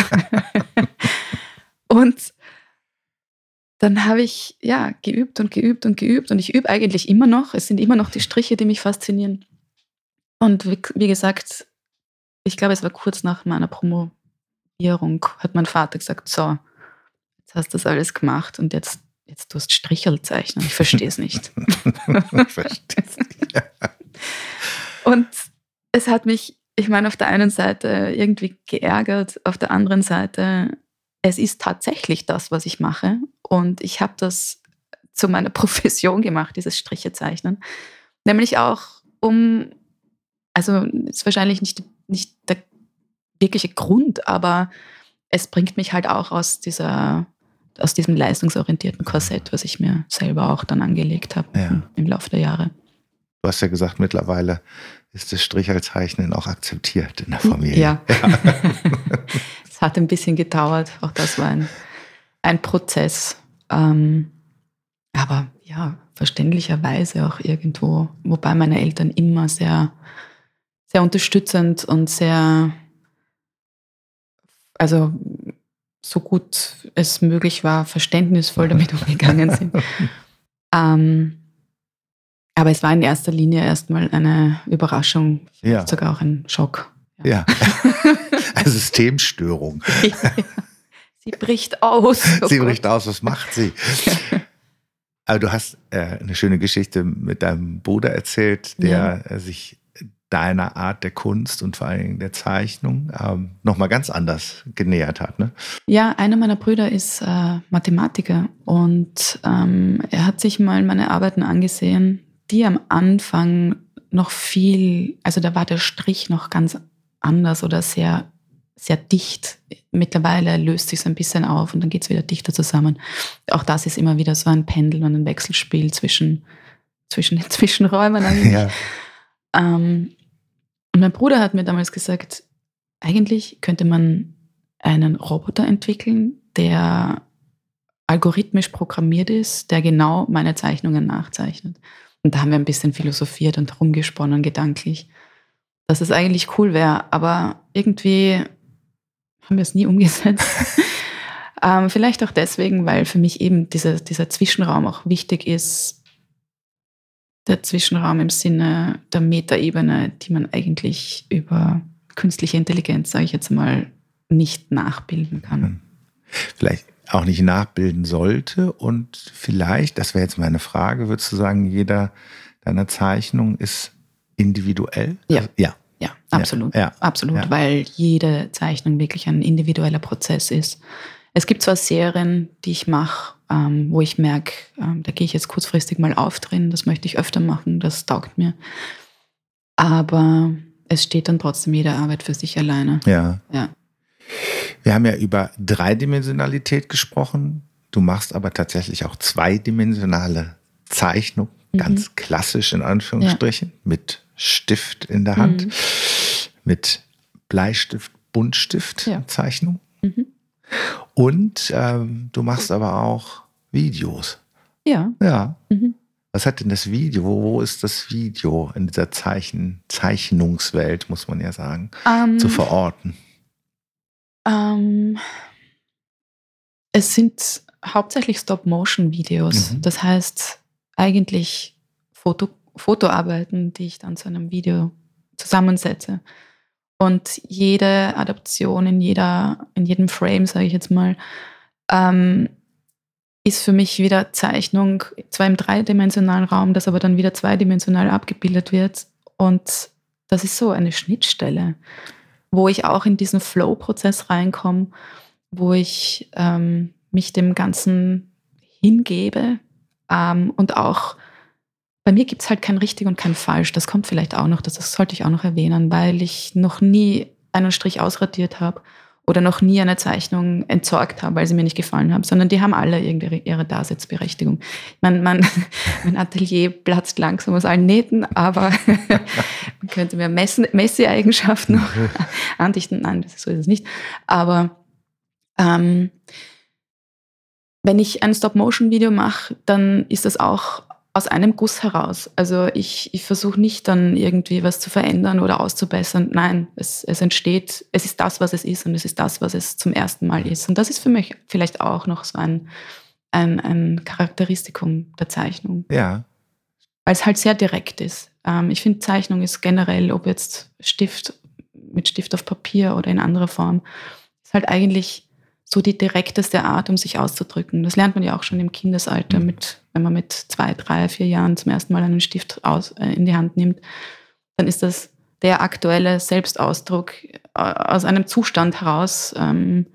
Speaker 2: Und dann habe ich ja geübt und geübt und geübt und ich übe eigentlich immer noch. Es sind immer noch die Striche, die mich faszinieren. Und wie, wie gesagt, ich glaube, es war kurz nach meiner Promovierung, hat mein Vater gesagt, so, jetzt hast du das alles gemacht und jetzt, jetzt tust du Stricherl zeichnen. Ich verstehe es nicht.
Speaker 1: Ich verstehe es nicht. Ja.
Speaker 2: Und es hat mich, ich meine, auf der einen Seite irgendwie geärgert, auf der anderen Seite, es ist tatsächlich das, was ich mache. Und ich habe das zu meiner Profession gemacht, dieses Striche zeichnen. Nämlich auch um, also ist wahrscheinlich nicht, nicht der wirkliche Grund, aber es bringt mich halt auch aus dieser, aus diesem leistungsorientierten Korsett, was ich mir selber auch dann angelegt habe
Speaker 1: Ja.
Speaker 2: im, im Laufe der Jahre.
Speaker 1: Du hast ja gesagt, mittlerweile ist das Strichhalmzeichnen auch akzeptiert in der Familie.
Speaker 2: Ja. Es hat ein bisschen gedauert. Auch das war ein ein Prozess. Ähm, aber ja, verständlicherweise auch irgendwo, wobei meine Eltern immer sehr, sehr unterstützend und sehr, also so gut es möglich war, verständnisvoll damit umgegangen sind. ähm, aber es war in erster Linie erstmal eine Überraschung, vielleicht
Speaker 1: Ja.
Speaker 2: sogar auch ein Schock.
Speaker 1: Ja, eine Systemstörung.
Speaker 2: Ja. Sie bricht aus. Oh
Speaker 1: sie
Speaker 2: Gott.
Speaker 1: bricht aus, was macht sie? Aber du hast äh, eine schöne Geschichte mit deinem Bruder erzählt, der
Speaker 2: Ja.
Speaker 1: äh, sich deiner Art der Kunst und vor allen Dingen der Zeichnung ähm, nochmal ganz anders genähert hat, ne?
Speaker 2: Ja, einer meiner Brüder ist äh, Mathematiker und ähm, er hat sich mal meine Arbeiten angesehen, die am Anfang noch viel, also da war der Strich noch ganz anders oder sehr, sehr dicht. Mittlerweile löst sich es ein bisschen auf und dann geht es wieder dichter zusammen. Auch das ist immer wieder so ein Pendeln und ein Wechselspiel zwischen, zwischen den Zwischenräumen eigentlich.
Speaker 1: Ja.
Speaker 2: Ähm, und mein Bruder hat mir damals gesagt, eigentlich könnte man einen Roboter entwickeln, der algorithmisch programmiert ist, der genau meine Zeichnungen nachzeichnet. Und da haben wir ein bisschen philosophiert und rumgesponnen gedanklich, dass es eigentlich cool wäre, aber irgendwie haben wir es nie umgesetzt. ähm, vielleicht auch deswegen, weil für mich eben dieser, dieser Zwischenraum auch wichtig ist, der Zwischenraum im Sinne der Metaebene, die man eigentlich über künstliche Intelligenz, sage ich jetzt mal, nicht nachbilden kann.
Speaker 1: Vielleicht auch nicht nachbilden sollte und vielleicht, das wäre jetzt meine Frage, würdest du sagen, jeder deiner Zeichnungen ist individuell?
Speaker 2: Ja.
Speaker 1: Also, ja.
Speaker 2: Ja, absolut.
Speaker 1: Ja.
Speaker 2: Absolut,
Speaker 1: Ja.
Speaker 2: weil jede Zeichnung wirklich ein individueller Prozess ist. Es gibt zwar Serien, die ich mache, ähm, wo ich merke, ähm, da gehe ich jetzt kurzfristig mal auf drin, das möchte ich öfter machen, das taugt mir. Aber es steht dann trotzdem jede Arbeit für sich alleine.
Speaker 1: Ja.
Speaker 2: Ja.
Speaker 1: Wir haben ja über Dreidimensionalität gesprochen. Du machst aber tatsächlich auch zweidimensionale Zeichnung,
Speaker 2: Mhm.
Speaker 1: ganz klassisch in Anführungsstrichen, ja. Mit Stift in der Hand,
Speaker 2: Mhm.
Speaker 1: mit Bleistift, Buntstift
Speaker 2: Ja.
Speaker 1: Zeichnung.
Speaker 2: Mhm.
Speaker 1: Und ähm, du machst aber auch Videos.
Speaker 2: Ja.
Speaker 1: Ja.
Speaker 2: Mhm.
Speaker 1: Was hat denn das Video? Wo, wo ist das Video in dieser Zeichen, Zeichnungswelt, muss man ja sagen,
Speaker 2: Ähm,
Speaker 1: zu verorten?
Speaker 2: Ähm, es sind hauptsächlich Stop-Motion-Videos.
Speaker 1: Mhm.
Speaker 2: Das heißt eigentlich Foto, Fotoarbeiten, die ich dann zu einem Video zusammensetze. Und jede Adaption in, jeder, in jedem Frame, sage ich jetzt mal, ähm, ist für mich wieder Zeichnung, zwar im dreidimensionalen Raum, das aber dann wieder zweidimensional abgebildet wird. Und das ist so eine Schnittstelle, wo ich auch in diesen Flow-Prozess reinkomme, wo ich ähm, mich dem Ganzen hingebe. Ähm, und auch, bei mir gibt es halt kein richtig und kein falsch. Das kommt vielleicht auch noch, das, das sollte ich auch noch erwähnen, weil ich noch nie einen Strich ausradiert habe oder noch nie eine Zeichnung entsorgt habe, weil sie mir nicht gefallen haben, sondern die haben alle irgendwie ihre Daseinsberechtigung. Mein, mein, mein Atelier platzt langsam aus allen Nähten, aber man könnte mir Messen, Messi-Eigenschaften noch andichten. Nein, das ist, so ist es nicht. Aber ähm, wenn ich ein Stop-Motion-Video mache, dann ist das auch aus einem Guss heraus. Also ich, ich versuche nicht dann irgendwie was zu verändern oder auszubessern. Nein, es, es entsteht, es ist das, was es ist und es ist das, was es zum ersten Mal ist. Und das ist für mich vielleicht auch noch so ein, ein, ein Charakteristikum der Zeichnung.
Speaker 1: Ja.
Speaker 2: Weil es halt sehr direkt ist. Ähm, ich finde, Zeichnung ist generell, ob jetzt Stift mit Stift auf Papier oder in anderer Form, ist halt eigentlich so die direkteste Art, um sich auszudrücken. Das lernt man ja auch schon im Kindesalter, mit, wenn man mit zwei, drei, vier Jahren zum ersten Mal einen Stift aus, äh, in die Hand nimmt. Dann ist das der aktuelle Selbstausdruck äh, aus einem Zustand heraus, ähm,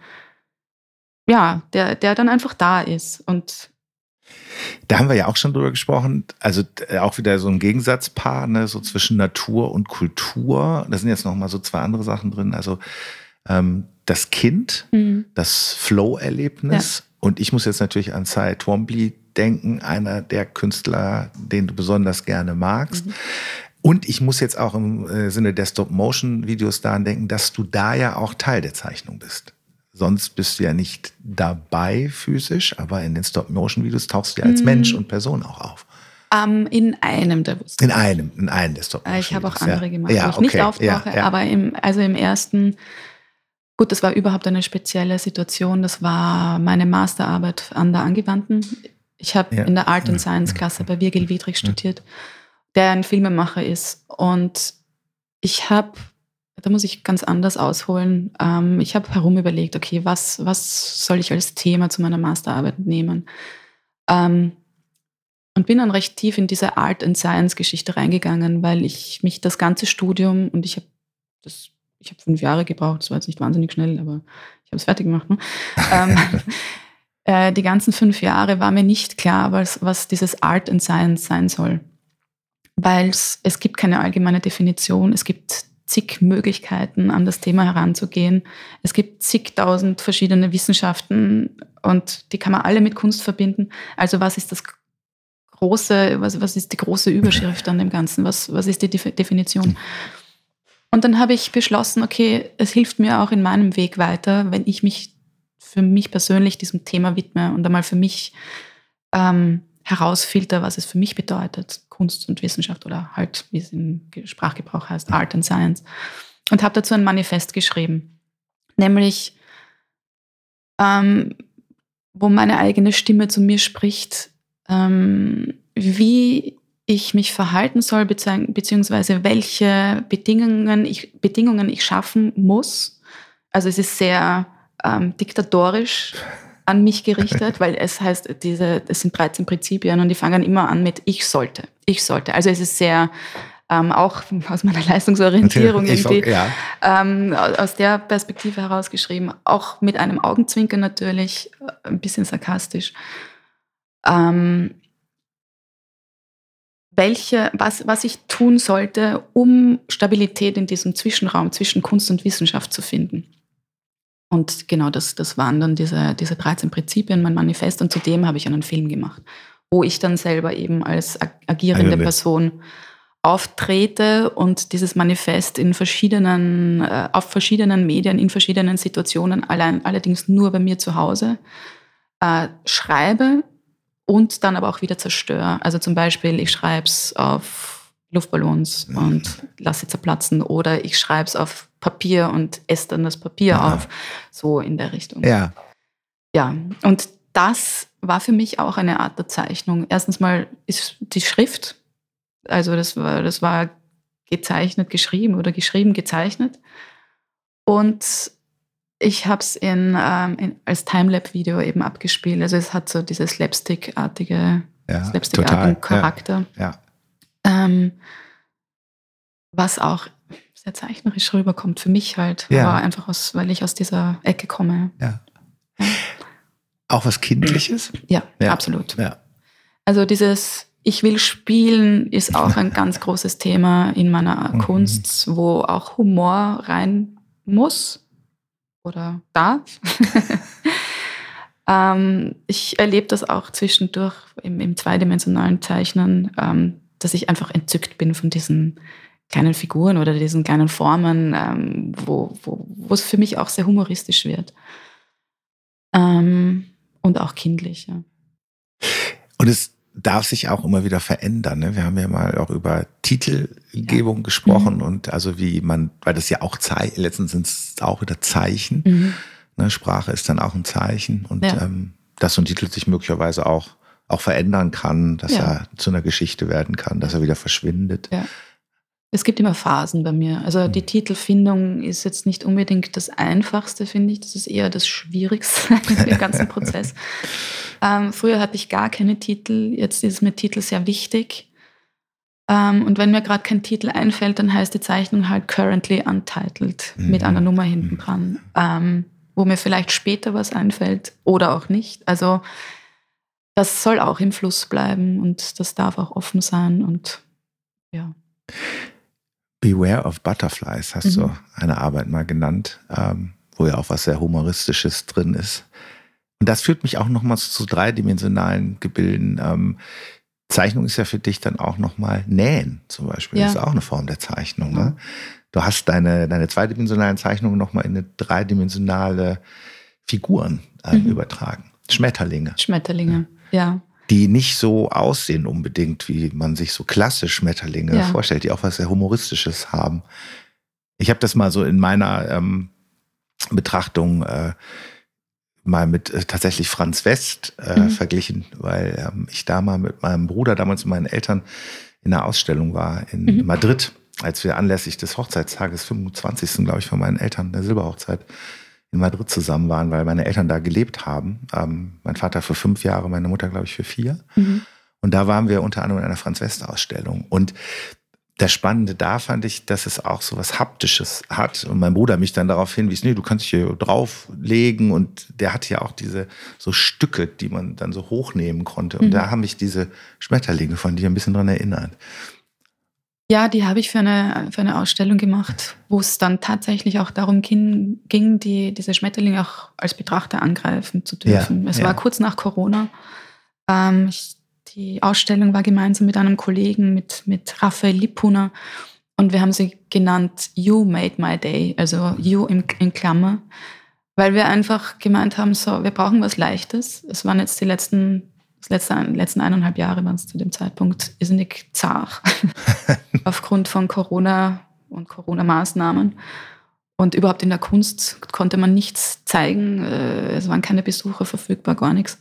Speaker 2: ja, der, der dann einfach da ist. Und
Speaker 1: da haben wir ja auch schon drüber gesprochen, also auch wieder so ein Gegensatzpaar, ne, so zwischen Natur und Kultur. Da sind jetzt noch mal so zwei andere Sachen drin. Also ähm, das Kind, mhm. das Flow-Erlebnis. Ja. Und ich muss jetzt natürlich an Cy Twombly denken, einer der Künstler, den du besonders gerne magst. Mhm. Und ich muss jetzt auch im Sinne der Stop-Motion-Videos daran denken, dass du da ja auch Teil der Zeichnung bist. sonst bist du ja nicht dabei physisch, aber in den Stop-Motion-Videos tauchst du ja als Mensch und Person auch auf.
Speaker 2: Um, in einem der Stop-Motion.
Speaker 1: In einem, in einem der Stop-Motion-Videos.
Speaker 2: Ich habe auch andere
Speaker 1: ja.
Speaker 2: gemacht,
Speaker 1: ja,
Speaker 2: wo ich
Speaker 1: okay.
Speaker 2: nicht auftauche,
Speaker 1: ja, ja.
Speaker 2: aber im, also im ersten, gut, das war überhaupt eine spezielle Situation, das war meine Masterarbeit an der Angewandten. Ich habe ja. in der Art and Science Klasse bei Virgil Wiedrich studiert, der ein Filmemacher ist. Und ich habe, da muss ich ganz anders ausholen, ähm, ich habe herum überlegt, okay, was, was soll ich als Thema zu meiner Masterarbeit nehmen? Ähm, und bin dann recht tief in diese Art and Science Geschichte reingegangen, weil ich mich das ganze Studium, und ich habe das, ich habe fünf Jahre gebraucht, das war jetzt nicht wahnsinnig schnell, aber ich habe es fertig gemacht, ne? ähm, Die ganzen fünf Jahre war mir nicht klar, was, was dieses Art and Science sein soll. Weil es gibt keine allgemeine Definition, es gibt zig Möglichkeiten, an das Thema heranzugehen. Es gibt zigtausend verschiedene Wissenschaften und die kann man alle mit Kunst verbinden. Also was ist das große, was, was ist die große Überschrift an dem Ganzen? Was, was ist die Definition? Und dann habe ich beschlossen, okay, es hilft mir auch in meinem Weg weiter, wenn ich mich für mich persönlich diesem Thema widme und einmal für mich ähm, herausfilter, was es für mich bedeutet, Kunst und Wissenschaft oder halt, wie es im Sprachgebrauch heißt, Art and Science. Und habe dazu ein Manifest geschrieben, nämlich ähm, wo meine eigene Stimme zu mir spricht, ähm, wie ich mich verhalten soll, beziehungsweise welche Bedingungen ich, Bedingungen ich schaffen muss. Also es ist sehr Ähm, diktatorisch an mich gerichtet, weil es heißt, diese, es sind dreizehn Prinzipien und die fangen immer an mit ich sollte, ich sollte. Also es ist sehr, ähm, auch aus meiner Leistungsorientierung
Speaker 1: ich,
Speaker 2: irgendwie,
Speaker 1: ja.
Speaker 2: ähm, aus der Perspektive herausgeschrieben, auch mit einem Augenzwinkern natürlich, ein bisschen sarkastisch. Ähm, welche, was, was ich tun sollte, um Stabilität in diesem Zwischenraum zwischen Kunst und Wissenschaft zu finden. Und genau, das, das waren dann diese, diese dreizehn Prinzipien, mein Manifest. Und zudem habe ich einen Film gemacht, wo ich dann selber eben als agierende Person auftrete und dieses Manifest in verschiedenen, äh, auf verschiedenen Medien, in verschiedenen Situationen, allein, allerdings nur bei mir zu Hause, äh, schreibe und dann aber auch wieder zerstöre. Also zum Beispiel, ich schreibe es auf Luftballons und lasse sie zerplatzen oder ich schreibe es auf Papier und esse dann das Papier ja. auf, so in der Richtung.
Speaker 1: Ja.
Speaker 2: Ja, und das war für mich auch eine Art der Zeichnung. Erstens mal ist die Schrift, also das war, das war gezeichnet, geschrieben oder geschrieben, gezeichnet. Und ich habe es in, ähm, in, als Timelapse-Video eben abgespielt. Also es hat so diese Slapstick-artige,
Speaker 1: ja,
Speaker 2: Slapstick-artigen Charakter.
Speaker 1: Ja. ja.
Speaker 2: Ähm, was auch sehr zeichnerisch rüberkommt für mich halt, ja. aber einfach aus, weil ich aus dieser Ecke komme.
Speaker 1: Ja. Ja. Auch was Kindliches?
Speaker 2: Ja, ja. absolut. Ja. Also dieses Ich will spielen ist auch ein ganz großes Thema in meiner Kunst, wo auch Humor rein muss oder darf. ähm, ich erlebe das auch zwischendurch im, im zweidimensionalen Zeichnen, ähm, dass ich einfach entzückt bin von diesen kleinen Figuren oder diesen kleinen Formen, ähm, wo, wo, wo es für mich auch sehr humoristisch wird. Ähm, und auch kindlich, ja.
Speaker 1: Und es darf sich auch immer wieder verändern. Ne? Wir haben ja mal auch über Titelgebung ja. gesprochen mhm. und also wie man, weil das ja auch Zei- letztens sind es auch wieder Zeichen. Mhm. Ne? Sprache ist dann auch ein Zeichen und ja. ähm, dass so ein Titel sich möglicherweise auch auch verändern kann, dass ja. er zu einer Geschichte werden kann, dass er wieder verschwindet.
Speaker 2: Ja. Es gibt immer Phasen bei mir. Also die Titelfindung ist jetzt nicht unbedingt das Einfachste, finde ich. Das ist eher das Schwierigste in dem ganzen Prozess. ähm, früher hatte ich gar keine Titel. Jetzt ist mir Titel sehr wichtig. Ähm, und wenn mir gerade kein Titel einfällt, dann heißt die Zeichnung halt currently untitled mhm. mit einer Nummer hinten dran, ähm, wo mir vielleicht später was einfällt oder auch nicht. Also das soll auch im Fluss bleiben und das darf auch offen sein und ja.
Speaker 1: Beware of Butterflies hast mhm. du eine Arbeit mal genannt, ähm, wo ja auch was sehr Humoristisches drin ist. Und das führt mich auch nochmals zu dreidimensionalen Gebilden. Ähm, Zeichnung ist ja für dich dann auch nochmal Nähen zum Beispiel. Ja. Das ist auch eine Form der Zeichnung. Ne? Du hast deine, deine zweidimensionalen Zeichnungen nochmal in eine dreidimensionale Figuren äh, mhm. übertragen. Schmetterlinge.
Speaker 2: Schmetterlinge, ja.
Speaker 1: Die nicht so aussehen unbedingt, wie man sich so klassisch Schmetterlinge ja. vorstellt, die auch was sehr Humoristisches haben. Ich habe das mal so in meiner ähm, Betrachtung äh, mal mit äh, tatsächlich Franz West äh, mhm. verglichen, weil ähm, ich da mal mit meinem Bruder, damals mit meinen Eltern, in einer Ausstellung war in mhm. Madrid, als wir anlässlich des Hochzeitstages, fünfundzwanzigsten glaube ich, von meinen Eltern, der Silberhochzeit, in Madrid zusammen waren, weil meine Eltern da gelebt haben. Ähm, mein Vater für fünf Jahre, meine Mutter, glaube ich, für vier. Mhm. Und da waren wir unter anderem in einer Franz-West-Ausstellung. Und das Spannende da fand ich, dass es auch so was Haptisches hat. Und mein Bruder mich dann darauf hinwies, nee, du kannst dich hier drauflegen. Und der hatte ja auch diese so Stücke, die man dann so hochnehmen konnte. Und mhm. da haben mich diese Schmetterlinge von dir ein bisschen dran erinnert.
Speaker 2: Ja, die habe ich für eine, für eine Ausstellung gemacht, wo es dann tatsächlich auch darum ging, ging die, diese Schmetterlinge auch als Betrachter angreifen zu dürfen. Ja, es ja. war kurz nach Corona. Ähm, ich, die Ausstellung war gemeinsam mit einem Kollegen, mit, mit Raphael Lippuner. Und wir haben sie genannt You Made My Day, also You in, in Klammer. Weil wir einfach gemeint haben, so, wir brauchen was Leichtes. Es waren jetzt die letzten... Das letzte, letzten eineinhalb Jahre waren es zu dem Zeitpunkt irrsinnig zart aufgrund von Corona und Corona-Maßnahmen. Und überhaupt in der Kunst konnte man nichts zeigen. Es waren keine Besucher verfügbar, gar nichts.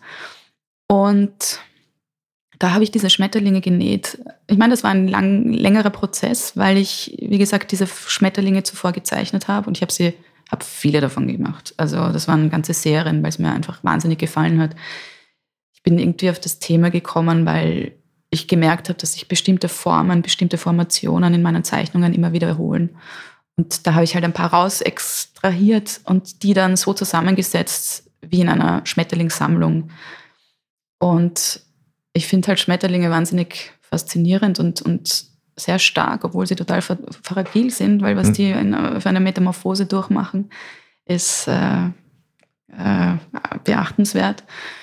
Speaker 2: Und da habe ich diese Schmetterlinge genäht. Ich meine, das war ein lang, längerer Prozess, weil ich, wie gesagt, diese Schmetterlinge zuvor gezeichnet habe. Und ich habe sie, habe viele davon gemacht. Also das waren ganze Serien, weil es mir einfach wahnsinnig gefallen hat. Ich bin irgendwie auf das Thema gekommen, weil ich gemerkt habe, dass sich bestimmte Formen, bestimmte Formationen in meinen Zeichnungen immer wiederholen. Und da habe ich halt ein paar raus extrahiert und die dann so zusammengesetzt wie in einer Schmetterlingssammlung. Und ich finde halt Schmetterlinge wahnsinnig faszinierend und, und sehr stark, obwohl sie total fragil sind, weil was die in, für eine Metamorphose durchmachen, ist äh, äh, beachtenswert.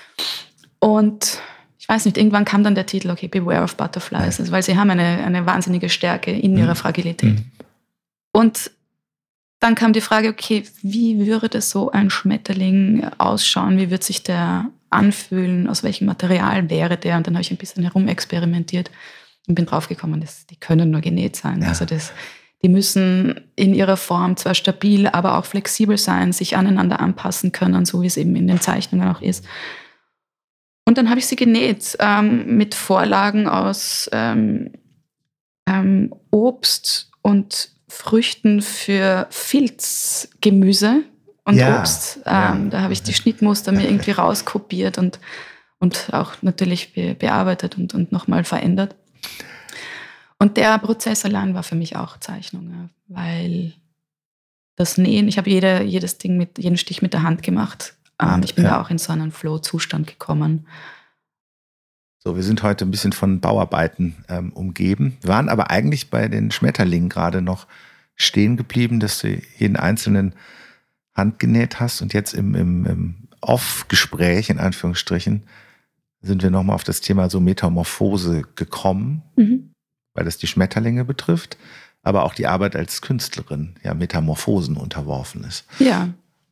Speaker 2: Und ich weiß nicht, irgendwann kam dann der Titel, okay, Beware of Butterflies, also, weil sie haben eine, eine wahnsinnige Stärke in ihrer Fragilität. Mhm. Und dann kam die Frage, okay, wie würde so ein Schmetterling ausschauen? Wie würde sich der anfühlen? Aus welchem Material wäre der? Und dann habe ich ein bisschen herumexperimentiert und bin draufgekommen, dass die können nur genäht sein. Ja. Also das, die müssen in ihrer Form zwar stabil, aber auch flexibel sein, sich aneinander anpassen können, so wie es eben in den Zeichnungen auch ist. Und dann habe ich sie genäht ähm, mit Vorlagen aus ähm, ähm, Obst und Früchten für Filzgemüse und ja, Obst. Ähm, ja. Da habe ich die Schnittmuster mir irgendwie rauskopiert und, und auch natürlich be- bearbeitet und, und nochmal verändert. Und der Prozess allein war für mich auch Zeichnung, ja, weil das Nähen, ich habe jede, jedes Ding mit, jeden Stich mit der Hand gemacht. Ähm, ich bin ja. da auch in so einen Flow-Zustand gekommen.
Speaker 1: So, wir sind heute ein bisschen von Bauarbeiten ähm, umgeben. Wir waren aber eigentlich bei den Schmetterlingen gerade noch stehen geblieben, dass du jeden einzelnen handgenäht hast. Und jetzt im, im, im Off-Gespräch, in Anführungsstrichen, sind wir nochmal auf das Thema so Metamorphose gekommen, mhm. weil das die Schmetterlinge betrifft, aber auch die Arbeit als Künstlerin ja Metamorphosen unterworfen ist.
Speaker 2: Ja.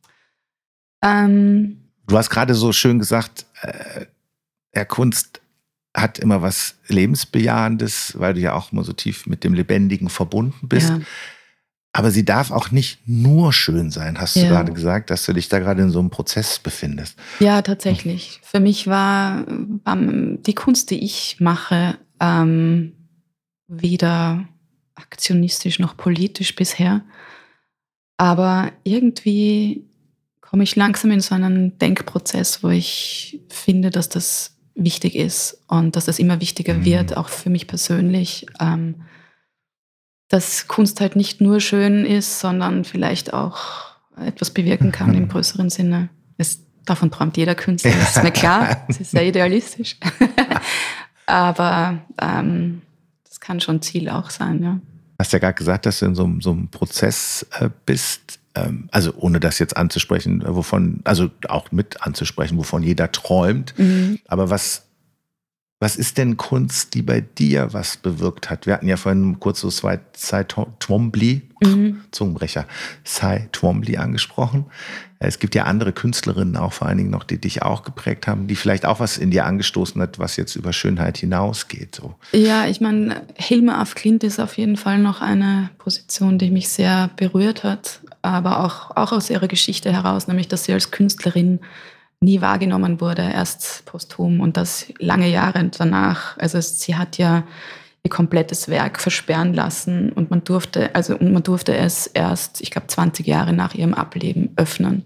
Speaker 2: Ähm,
Speaker 1: du hast gerade so schön gesagt, äh, ja, Kunst hat immer was Lebensbejahendes, weil du ja auch immer so tief mit dem Lebendigen verbunden bist. Ja. Aber sie darf auch nicht nur schön sein, hast du ja. gerade gesagt, dass du dich da gerade in so einem Prozess befindest.
Speaker 2: Ja, tatsächlich. Für mich war ähm, die Kunst, die ich mache, ähm, weder aktionistisch noch politisch bisher. Aber irgendwie komme ich langsam in so einen Denkprozess, wo ich finde, dass das wichtig ist und dass das immer wichtiger mhm. wird, auch für mich persönlich. Ähm, dass Kunst halt nicht nur schön ist, sondern vielleicht auch etwas bewirken kann mhm. im größeren Sinne. Es, davon träumt jeder Künstler, das ist mir klar. Das ist sehr idealistisch. Aber ähm, das kann schon Ziel auch sein, ja.
Speaker 1: Du hast ja gerade gesagt, dass du in so, so einem Prozess äh, bist, ähm, also ohne das jetzt anzusprechen, wovon, also auch mit anzusprechen, wovon jeder träumt. Mhm. Aber was Was ist denn Kunst, die bei dir was bewirkt hat? Wir hatten ja vorhin kurz so Cy Twombly, mhm. Zungenbrecher, Cy Twombly angesprochen. Es gibt ja andere Künstlerinnen auch vor allen Dingen noch, die dich auch geprägt haben, die vielleicht auch was in dir angestoßen hat, was jetzt über Schönheit hinausgeht. So.
Speaker 2: Ja, ich meine, Hilma af Klint ist auf jeden Fall noch eine Position, die mich sehr berührt hat, aber auch, auch aus ihrer Geschichte heraus, nämlich, dass sie als Künstlerin nie wahrgenommen wurde, erst posthum und das lange Jahre danach. Also sie hat ja ihr komplettes Werk versperren lassen und man durfte, also man durfte es erst, ich glaube, zwanzig Jahre nach ihrem Ableben öffnen,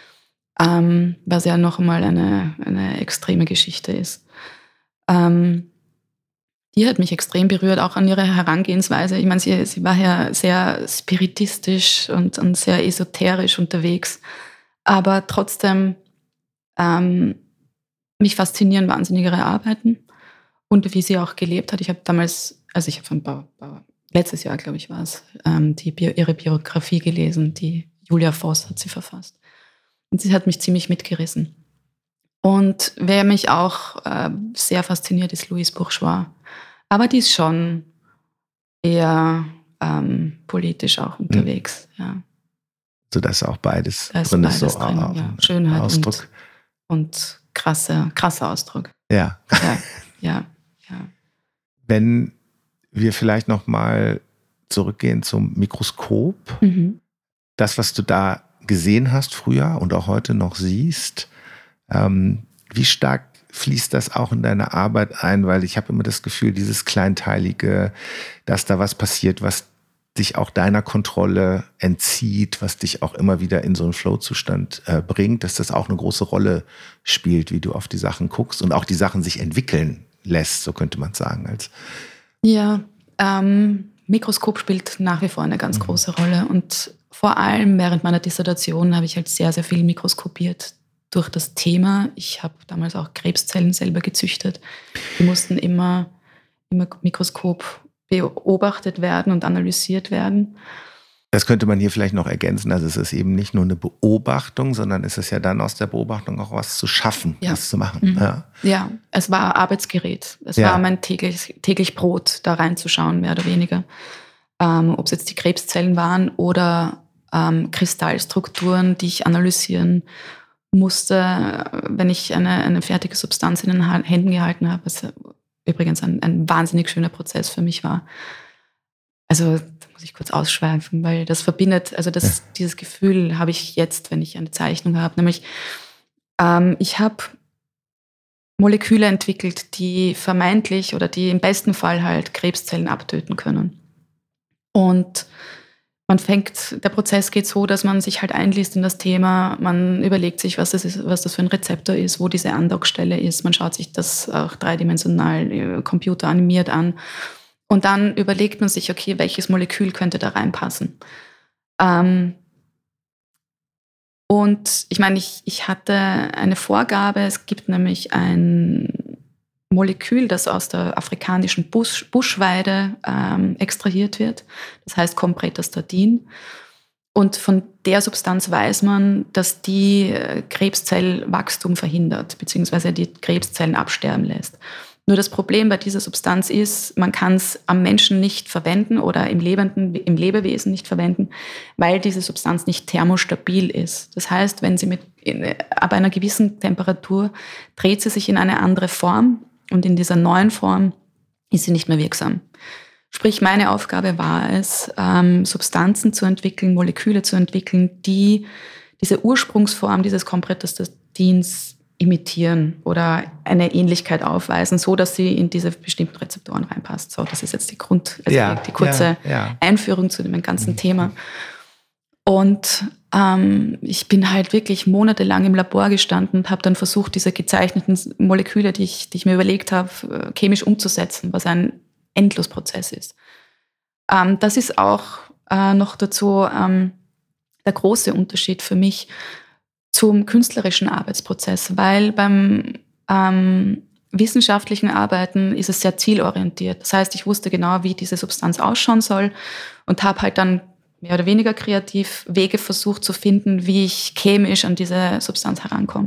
Speaker 2: ähm, was ja noch einmal eine, eine extreme Geschichte ist. Ähm, die hat mich extrem berührt, auch an ihrer Herangehensweise. Ich meine, sie, sie war ja sehr spiritistisch und, und sehr esoterisch unterwegs, aber trotzdem Ähm, mich faszinieren wahnsinnig ihre Arbeiten und wie sie auch gelebt hat. Ich habe damals, also ich habe von Bauer, Bauer, letztes Jahr, glaube ich, war es, ähm, die Bio, ihre Biografie gelesen, die Julia Voss hat sie verfasst. Und sie hat mich ziemlich mitgerissen. Und wer mich auch äh, sehr fasziniert, ist Louise Bourgeois. Aber die ist schon eher ähm, politisch auch unterwegs. Mhm. Ja.
Speaker 1: So dass auch beides
Speaker 2: da ist
Speaker 1: drin
Speaker 2: beides
Speaker 1: ist. So
Speaker 2: drin,
Speaker 1: auch
Speaker 2: ja. Schönheit
Speaker 1: Ausdruck.
Speaker 2: Und, und krasse, krasser Ausdruck.
Speaker 1: Ja.
Speaker 2: Ja, ja, ja.
Speaker 1: Wenn wir vielleicht noch mal zurückgehen zum Mikroskop, mhm. das, was du da gesehen hast früher und auch heute noch siehst, ähm, wie stark fließt das auch in deine Arbeit ein? Weil ich habe immer das Gefühl, dieses Kleinteilige, dass da was passiert, was dich auch deiner Kontrolle entzieht, was dich auch immer wieder in so einen Flow-Zustand äh, bringt, dass das auch eine große Rolle spielt, wie du auf die Sachen guckst und auch die Sachen sich entwickeln lässt, so könnte man sagen. Als
Speaker 2: ja, ähm, Mikroskop spielt nach wie vor eine ganz mhm. große Rolle und vor allem während meiner Dissertation habe ich halt sehr, sehr viel mikroskopiert durch das Thema. Ich habe damals auch Krebszellen selber gezüchtet. Die mussten immer im Mikroskop beobachtet werden und analysiert werden.
Speaker 1: Das könnte man hier vielleicht noch ergänzen. Also es ist eben nicht nur eine Beobachtung, sondern es ist ja dann aus der Beobachtung auch was zu schaffen, ja. was zu machen.
Speaker 2: Mhm. Ja. ja, es war Arbeitsgerät. Es ja. war mein täglich, täglich Brot, da reinzuschauen, mehr oder weniger. Ähm, ob es jetzt die Krebszellen waren oder ähm, Kristallstrukturen, die ich analysieren musste, wenn ich eine, eine fertige Substanz in den Händen gehalten habe, was übrigens ein, ein wahnsinnig schöner Prozess für mich war. Also da muss ich kurz ausschweifen, weil das verbindet, also das, ja. dieses Gefühl habe ich jetzt, wenn ich eine Zeichnung habe, nämlich ähm, ich habe Moleküle entwickelt, die vermeintlich oder die im besten Fall halt Krebszellen abtöten können. Und man fängt, der Prozess geht so, dass man sich halt einliest in das Thema, man überlegt sich, was das ist, was das für ein Rezeptor ist, wo diese Andockstelle ist, man schaut sich das auch dreidimensional, computeranimiert an und dann überlegt man sich, okay, welches Molekül könnte da reinpassen. Ähm und ich meine, ich, ich hatte eine Vorgabe, es gibt nämlich ein Molekül, das aus der afrikanischen Busch, Buschweide ähm, extrahiert wird. Das heißt Compretastatin. Und von der Substanz weiß man, dass die Krebszellwachstum verhindert, beziehungsweise die Krebszellen absterben lässt. Nur das Problem bei dieser Substanz ist, man kann es am Menschen nicht verwenden oder im Lebenden, im Lebewesen nicht verwenden, weil diese Substanz nicht thermostabil ist. Das heißt, wenn sie mit ab einer gewissen Temperatur dreht sie sich in eine andere Form und in dieser neuen Form ist sie nicht mehr wirksam. Sprich, meine Aufgabe war es, ähm, Substanzen zu entwickeln, Moleküle zu entwickeln, die diese Ursprungsform dieses Compretastatins imitieren oder eine Ähnlichkeit aufweisen, so dass sie in diese bestimmten Rezeptoren reinpasst. So, das ist jetzt die Grund, also ja, die, die kurze ja, ja. Einführung zu dem ganzen mhm. Thema. Und ähm, ich bin halt wirklich monatelang im Labor gestanden und habe dann versucht, diese gezeichneten Moleküle, die ich, die ich mir überlegt habe, chemisch umzusetzen, was ein Endlosprozess ist. Ähm, das ist auch äh, noch dazu ähm, der große Unterschied für mich zum künstlerischen Arbeitsprozess, weil beim ähm, wissenschaftlichen Arbeiten ist es sehr zielorientiert. Das heißt, ich wusste genau, wie diese Substanz ausschauen soll und habe halt dann mehr oder weniger kreativ Wege versucht zu finden, wie ich chemisch an diese Substanz herankomme.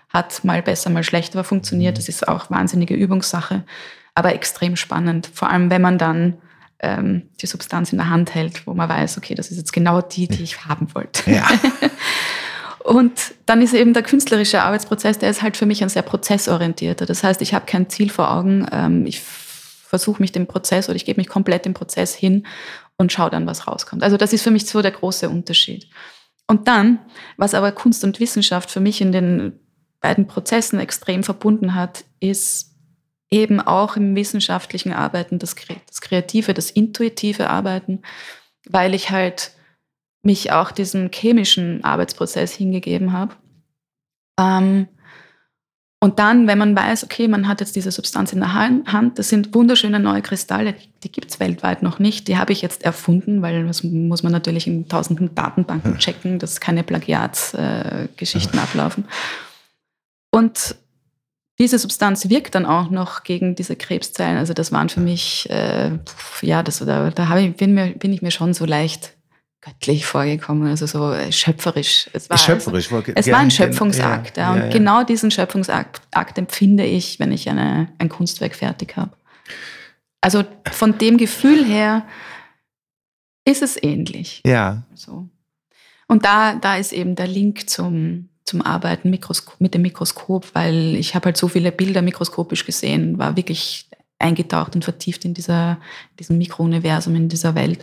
Speaker 2: Hat mal besser, mal schlechter funktioniert. Das ist auch wahnsinnige Übungssache, aber extrem spannend. Vor allem, wenn man dann ähm, die Substanz in der Hand hält, wo man weiß, okay, das ist jetzt genau die, die ich haben wollte.
Speaker 1: Ja.
Speaker 2: Und dann ist eben der künstlerische Arbeitsprozess, der ist halt für mich ein sehr prozessorientierter. Das heißt, ich habe kein Ziel vor Augen. Ähm, ich versuche mich dem Prozess oder ich gebe mich komplett dem Prozess hin und schaue dann, was rauskommt. Also das ist für mich so der große Unterschied. Und dann, was aber Kunst und Wissenschaft für mich in den beiden Prozessen extrem verbunden hat, ist eben auch im wissenschaftlichen Arbeiten das, das kreative, das intuitive Arbeiten, weil ich halt mich auch diesem chemischen Arbeitsprozess hingegeben habe. Ähm, und dann, wenn man weiß, okay, man hat jetzt diese Substanz in der Hand, das sind wunderschöne neue Kristalle, die gibt es weltweit noch nicht, die habe ich jetzt erfunden, weil das muss man natürlich in tausenden Datenbanken checken, dass keine Plagiatsgeschichten äh, ablaufen. Und diese Substanz wirkt dann auch noch gegen diese Krebszellen. Also das waren für mich, äh, ja, das, da, da habe ich, bin, mir, bin ich mir schon so leicht göttlich vorgekommen, also so schöpferisch. Es war,
Speaker 1: schöpferisch,
Speaker 2: also, es war ein Schöpfungsakt. Ja, ja, ja, und ja. Genau diesen Schöpfungsakt Akt empfinde ich, wenn ich eine, ein Kunstwerk fertig habe. Also von dem Gefühl her ist es ähnlich.
Speaker 1: Ja.
Speaker 2: So. Und da, da ist eben der Link zum, zum Arbeiten Mikroskop, mit dem Mikroskop, weil ich habe halt so viele Bilder mikroskopisch gesehen, war wirklich eingetaucht und vertieft in dieser, diesem Mikrouniversum, in dieser Welt,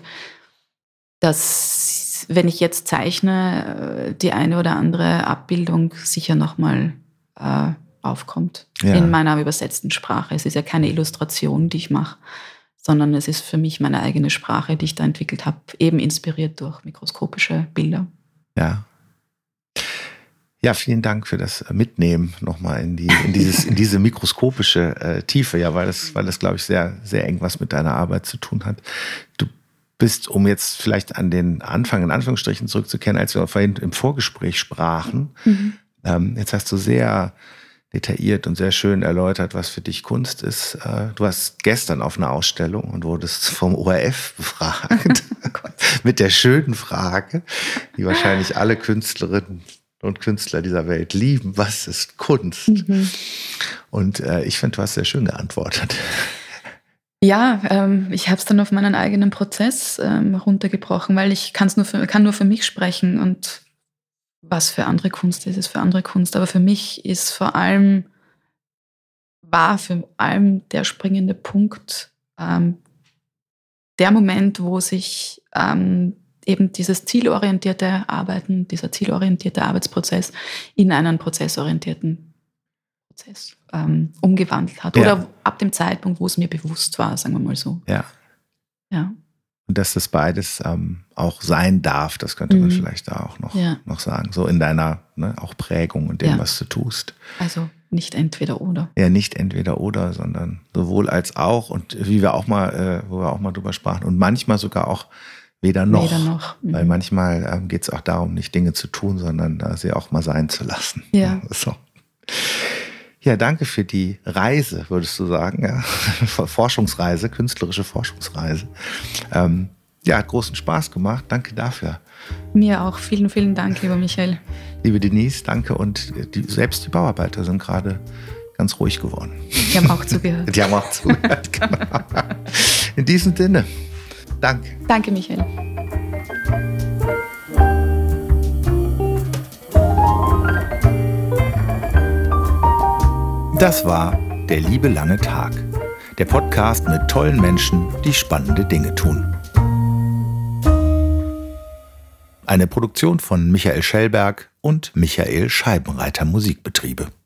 Speaker 2: dass, wenn ich jetzt zeichne, die eine oder andere Abbildung sicher nochmal äh, aufkommt ja. in meiner übersetzten Sprache. Es ist ja keine Illustration, die ich mache, sondern es ist für mich meine eigene Sprache, die ich da entwickelt habe, eben inspiriert durch mikroskopische Bilder.
Speaker 1: Ja. Ja, vielen Dank für das Mitnehmen nochmal in, die, in, dieses, in diese mikroskopische äh, Tiefe, ja, weil das, weil das, glaube ich, sehr, sehr eng was mit deiner Arbeit zu tun hat. Du bist, um jetzt vielleicht an den Anfang, in Anführungsstrichen zurückzukehren, als wir vorhin im Vorgespräch sprachen, mhm. ähm, jetzt hast du sehr detailliert und sehr schön erläutert, was für dich Kunst ist. Äh, du warst gestern auf einer Ausstellung und wurdest vom O R F befragt oh mit der schönen Frage, die wahrscheinlich alle Künstlerinnen und Künstler dieser Welt lieben: Was ist Kunst? Mhm. Und äh, ich finde, du hast sehr schön geantwortet.
Speaker 2: Ja, ähm, ich habe es dann auf meinen eigenen Prozess ähm, runtergebrochen, weil ich kann's nur für, kann nur für mich sprechen, und was für andere Kunst ist, ist für andere Kunst. Aber für mich ist vor allem, war für allem der springende Punkt ähm, der Moment, wo sich ähm, eben dieses zielorientierte Arbeiten, dieser zielorientierte Arbeitsprozess in einen prozessorientierten Prozess ähm, umgewandelt hat. Ja. Oder ab dem Zeitpunkt, wo es mir bewusst war, sagen wir mal so.
Speaker 1: Ja.
Speaker 2: Ja.
Speaker 1: Und dass das beides ähm, auch sein darf, das könnte man mhm. vielleicht da auch noch, ja. noch sagen. So in deiner ne, auch Prägung und dem, ja. was du tust.
Speaker 2: Also nicht entweder oder.
Speaker 1: Ja, nicht entweder oder, sondern sowohl als auch. Und wie wir auch mal, äh, wo wir auch mal drüber sprachen. Und manchmal sogar auch weder noch.
Speaker 2: Weder noch. Mhm.
Speaker 1: Weil manchmal ähm, geht es auch darum, nicht Dinge zu tun, sondern äh, sie auch mal sein zu lassen.
Speaker 2: Ja.
Speaker 1: So. Ja, danke für die Reise, würdest du sagen. Ja. Forschungsreise, künstlerische Forschungsreise. Ähm, ja, hat großen Spaß gemacht. Danke dafür.
Speaker 2: Mir auch. Vielen, vielen Dank, lieber Michael.
Speaker 1: Liebe Denise, danke. Und die, selbst die Bauarbeiter sind gerade ganz ruhig geworden.
Speaker 2: Die haben auch zugehört.
Speaker 1: Die haben auch zugehört, genau. In diesem Sinne, danke.
Speaker 2: Danke, Michael.
Speaker 1: Das war Der liebe lange Tag, der Podcast mit tollen Menschen, die spannende Dinge tun. Eine Produktion von Michael Schellberg und Michael Scheibenreiter Musikbetriebe.